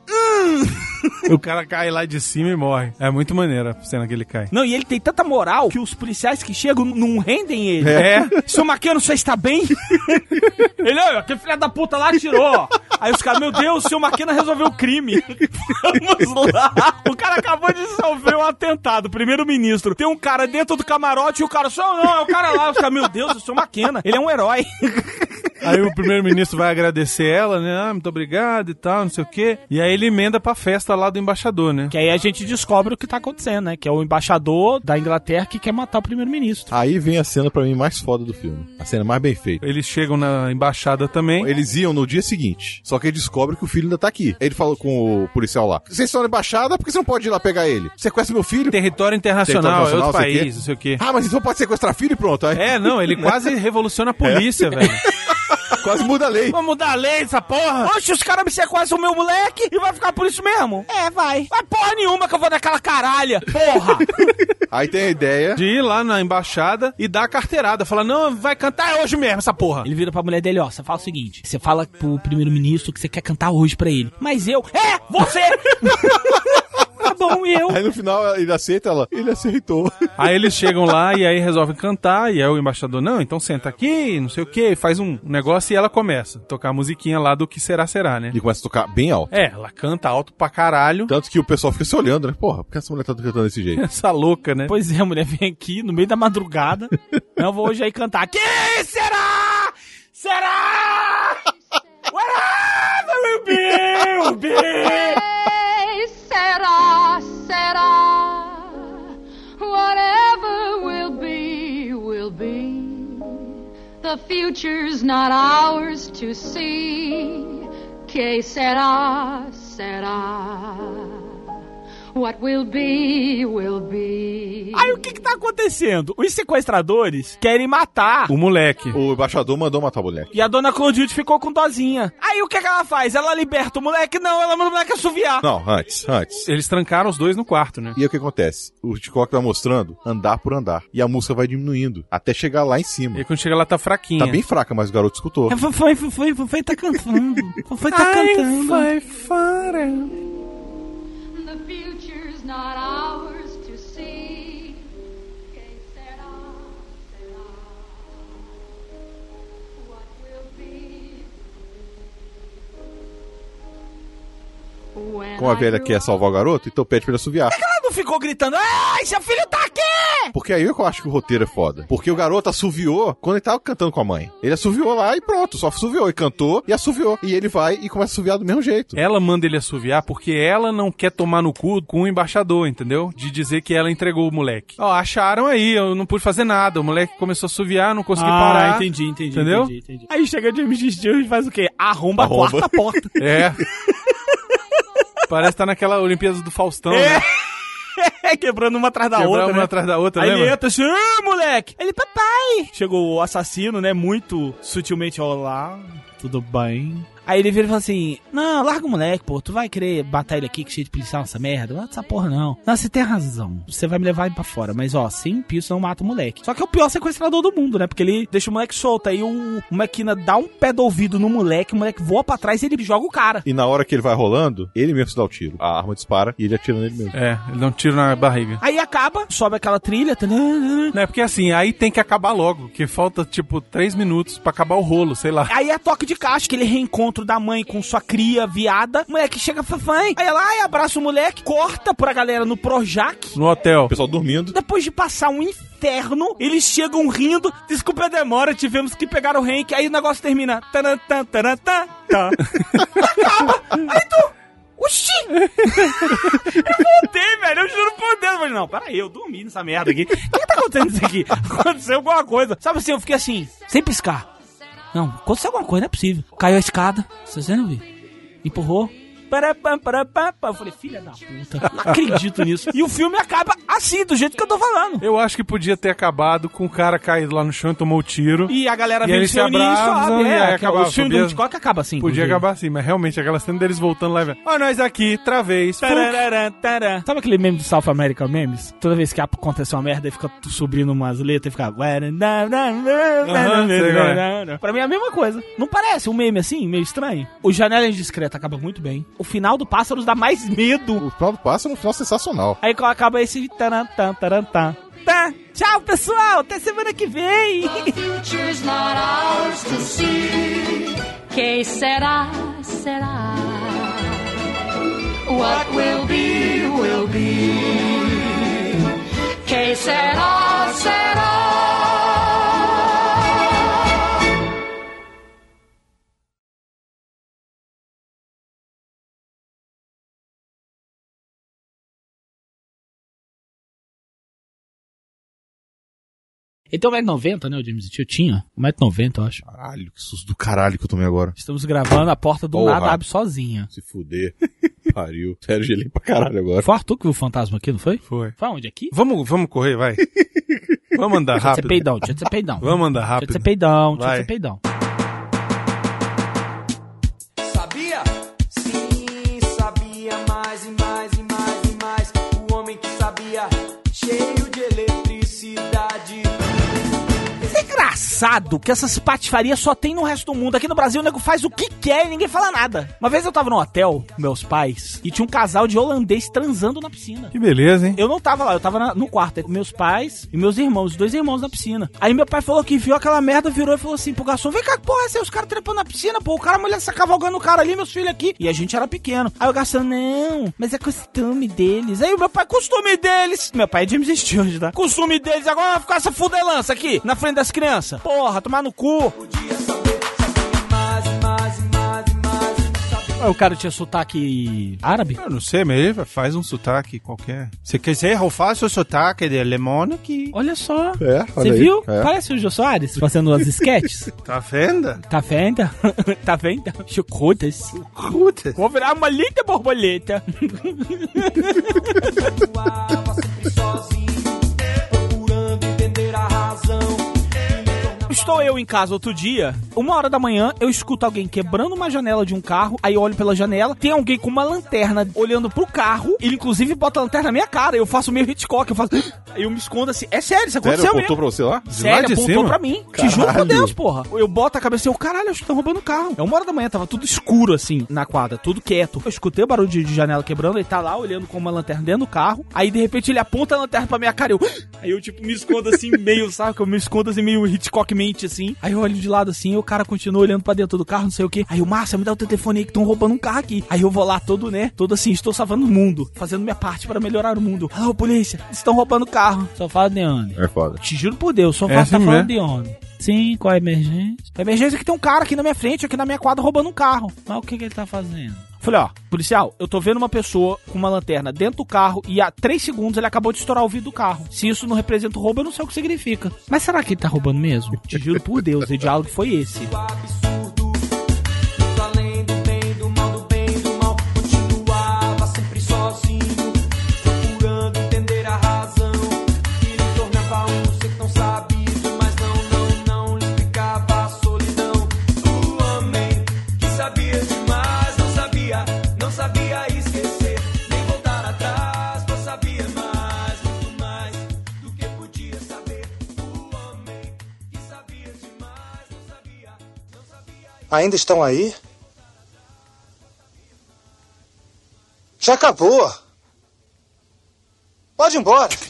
O cara cai lá de cima e morre. É muito maneiro a cena que ele cai. Não, e ele tem tanta moral que os policiais que chegam não rendem ele. É. Seu McKenna, você está bem? Ele, olha, aquele filho da puta lá tirou. Aí os caras, meu Deus, o seu McKenna resolveu o crime. Vamos lá. O cara acabou de resolver um atentado, primeiro-ministro. Tem um cara dentro do camarote e o cara, só não, é o cara lá. Os caras, meu Deus, o seu McKenna, ele é um herói. Aí o primeiro-ministro vai agradecer ela, né? Ah, muito obrigado e tal, não sei o quê. E aí ele emenda pra festa lá do embaixador, né? Que aí a gente descobre o que tá acontecendo, né? Que é o embaixador da Inglaterra que quer matar o primeiro-ministro. Aí vem a cena pra mim mais foda do filme. A cena mais bem feita. Eles chegam na embaixada também. Eles iam no dia seguinte, só que ele descobre que o filho ainda tá aqui. Ele falou com o policial lá: vocês estão na embaixada, por que você não pode ir lá pegar ele? Sequestra meu filho? Território internacional, Território é outro sei país, não sei o quê. Ah, mas então pode sequestrar filho e pronto. Aí... É, não, ele quase revoluciona a polícia, É. velho. Quase muda a lei. Vamos mudar a lei dessa porra? Oxe, os caras me sequestram o meu moleque e vai ficar por isso mesmo? É, vai. Vai porra nenhuma que eu vou naquela caralha. Porra. Aí tem a ideia de ir lá na embaixada e dar a carteirada. Falar, não, vai cantar hoje mesmo essa porra. Ele vira pra mulher dele, ó, você fala o seguinte, você fala pro primeiro-ministro que você quer cantar hoje pra ele. Mas eu... É, você! Tá bom, e eu? Aí no final ele aceita, ela, ele aceitou. Aí eles chegam lá e aí resolvem cantar, e aí o embaixador, não, então senta aqui, não sei o que, faz um negócio e ela começa a tocar a musiquinha lá do Que Será Será, né? E começa a tocar bem alto. É, ela canta alto pra caralho. Tanto que o pessoal fica se olhando, né? Porra, por que essa mulher tá cantando desse jeito? Essa louca, né? Pois é, a mulher vem aqui no meio da madrugada, eu vou hoje aí cantar, Que será? Será? Whatever will be, will be. Será, será, whatever will be, will be. The future's not ours to see. Que será, será, What will be, will be. Aí o que que tá acontecendo? Os sequestradores querem matar O moleque. O embaixador mandou matar o moleque. e a dona Clotilde ficou com dozinha. Aí o que que ela faz? Ela liberta o moleque? Não, ela manda o moleque assoviar. Não, antes, antes. Eles trancaram os dois no quarto, né? E aí o que acontece? O Hitchcock vai mostrando andar por andar. E a música vai diminuindo até chegar lá em E cima. aí quando chega lá tá fraquinha. Tá bem fraca, mas o garoto escutou. É, Foi, foi, foi, foi, foi, tá cantando. Foi, tá cantando. Vai fora. The future's not ours to see. Que será, será. What will be. When Como a I velha grow quer salvar o garoto, então pede pra ele assoviar. Ela não ficou gritando, ai, seu filho tá aqui! Porque aí eu acho que o roteiro é foda. Porque o garoto assoviou quando ele tava cantando com a mãe. Ele assoviou lá e pronto, só assoviou. E cantou e assoviou. E ele vai e começa a assoviar do mesmo jeito. Ela manda ele assoviar porque ela não quer tomar no cu com o embaixador, entendeu? De dizer que ela entregou o moleque. Ó, acharam aí, eu não pude fazer nada. O moleque começou a assoviar, não consegui Ah, parar. entendi, entendi, Entendeu? entendi, entendi. Aí chega James Stewart e faz o quê? Arromba, Arromba. a quarta porta. É. Parece que tá naquela Olimpíada do Faustão, É. né? Quebrando uma atrás da Quebrando outra, uma né? atrás da outra, Aí lembra? ele entra assim, ah, moleque! Ele, papai! Chegou o assassino, né? Muito sutilmente, olá, tudo bem? Aí ele vira e fala assim, não, larga o moleque, pô, tu vai querer matar ele aqui que cheio de policial nessa merda? Não, essa porra não. Não, você tem razão, você vai me levar ele pra fora, mas ó, sem piso não mata o moleque. Só que é o pior sequestrador do mundo, né? Porque ele deixa o moleque solto, aí o, o Maquina dá um pé do ouvido no moleque, o moleque voa pra trás e ele joga o cara. E na hora que ele vai rolando, ele mesmo se dá o tiro. A arma dispara e ele atira nele mesmo. É, ele dá um tiro na barriga. Aí acaba, sobe aquela trilha, tá? Não é porque assim, aí tem que acabar logo, que falta tipo três minutos pra acabar o rolo, sei lá. Aí é toque de caixa, aquele reencontro da mãe com sua cria viada. O moleque chega, fafãe. Aí ela, ai, abraça o moleque, corta pra galera no Projac. No hotel. O pessoal dormindo. Depois de passar um inferno, eles chegam rindo. Desculpa a demora, tivemos que pegar o Hank. Aí o negócio termina. Tarantã, tarantã, tá. Acaba. Aí tu... Oxi! Eu voltei, velho. Eu juro por Deus. Eu falei, não, peraí, eu dormi nessa merda aqui. O que tá acontecendo isso aqui? Aconteceu alguma coisa. Sabe assim, eu fiquei assim, sem piscar. Não, aconteceu alguma coisa, não é possível. Caiu a escada, você não viu? Empurrou. Parapam, parapam. Eu falei, filha da puta, não acredito nisso. E o filme acaba assim, do jeito que eu tô falando. Eu acho que podia ter acabado com o cara caído lá no chão e tomou o tiro. E a galera E vem eles se se reunir e abraçam sobe. e aí É, acabava. o filme do Podia- Hitchcock acaba assim. Podia inclusive. acabar assim, mas realmente aquela cena deles voltando lá e vendo. Ó, nós aqui, outra vez. Tararara, tará. Sabe aquele meme do South American Memes? Toda vez que acontece uma merda, ele fica subindo umas letras e fica... Pra mim é a mesma coisa. Não parece um meme assim, meio estranho? O Janela Indiscreta acaba muito bem. O final do Pássaros dá mais medo. O final do pássaro é um final sensacional. Aí acaba esse... Tarantã, tarantã. Tá. Tchau, pessoal. Até semana que vem. Future's not ours to see. Que será, será. What will be, will be. Que será, será. Ele tem um metro e noventa, né, o James Stewart? Tinha um metro e noventa, eu acho. Caralho, que susto do caralho que eu tomei agora. Estamos gravando, a porta do Porra. nada abre sozinha. Se fuder. Pariu. Sério, gelei pra caralho agora. Foi o Arthur que viu o fantasma aqui, não foi? Foi. Foi onde? Aqui? Vamos, vamos correr, vai. Vamos andar Deixa de ser rápido. peidão, deixa de ser peidão. Vamos andar Deixa de rápido. ser peidão, deixa de Vai. ser peidão. Sabia? Sim, sabia mais e mais e mais e mais. O homem que sabia, cheio de eletricidade. É engraçado que essas patifarias só tem no resto do mundo. Aqui no Brasil o nego faz o que quer e ninguém fala nada. Uma vez eu tava no hotel com meus pais e tinha um casal de holandês transando na piscina. Que beleza, hein? Eu não tava lá, eu tava na- no quarto com meus pais e meus irmãos, os dois irmãos na piscina. Aí meu pai falou que viu aquela merda, virou e falou assim pro garçom: vem cá, que porra, é essa? Os caras trepando na piscina, pô, o cara, a mulher se cavalgando o cara ali, meus filhos aqui. E a gente era pequeno. Aí o garçom: não, mas é costume deles. Aí o meu pai: costume deles. Meu pai é James Stewart, tá? Costume deles, agora vai ficar essa fudelança aqui, na frente das crianças. Porra, tomar no cu. Podia saber, sabia mais e mais e mais e mais. Sabia O cara tinha sotaque árabe? Eu não sei, mas ele faz um sotaque qualquer. Se quiser, eu faço o sotaque de alemão aqui. Olha só. É, Você aí. viu? É. Parece o Jô Soares fazendo as sketches. Tá vendo? Tá vendo? Tá vendo? Chucutas. Chucutas. Vou virar uma linda borboleta. Estou eu em casa outro dia, uma hora da manhã, eu escuto alguém quebrando uma janela de um carro, aí eu olho pela janela, tem alguém com uma lanterna olhando pro carro, ele inclusive bota a lanterna na minha cara, eu faço meio Hitchcock, eu faço... Aí eu me escondo assim, é sério, isso aconteceu Sério, mesmo. apontou pra você lá? Sério, de apontou cima? pra mim. Caralho. Te juro por Deus, porra. Eu boto a cabeça e eu, caralho, acho que estão roubando o carro. É uma hora da manhã, tava tudo escuro assim, na quadra, tudo quieto. Eu escutei o barulho de, de janela quebrando, ele tá lá olhando com uma lanterna dentro do carro, aí de repente ele aponta a lanterna pra minha cara, eu... Aí eu tipo me escondo assim, meio, sabe, eu me escondo assim, meio Hitchcock-mente assim. Aí eu olho de lado assim, e o cara continua olhando pra dentro do carro, não sei o que. Aí o Márcia, me dá o teu telefone aí que estão roubando um carro aqui. Aí eu vou lá todo, né, todo assim, estou salvando o mundo, fazendo minha parte pra melhorar o mundo. Alô, polícia, estão roubando o carro. Só fala de onde? É foda. Te juro por Deus, só É fala, tá assim falando mesmo. de onde? Sim, qual é a emergência? A emergência é que tem um cara aqui na minha frente, aqui na minha quadra, roubando um carro. Mas o que que ele tá fazendo? Falei, ó, policial, eu tô vendo uma pessoa com uma lanterna dentro do carro e há três segundos ele acabou de estourar o vidro do carro. Se isso não representa o roubo, eu não sei o que significa. Mas será que ele tá roubando mesmo? Te juro por Deus, o diálogo foi esse. Ainda estão aí? Já acabou. Pode ir embora.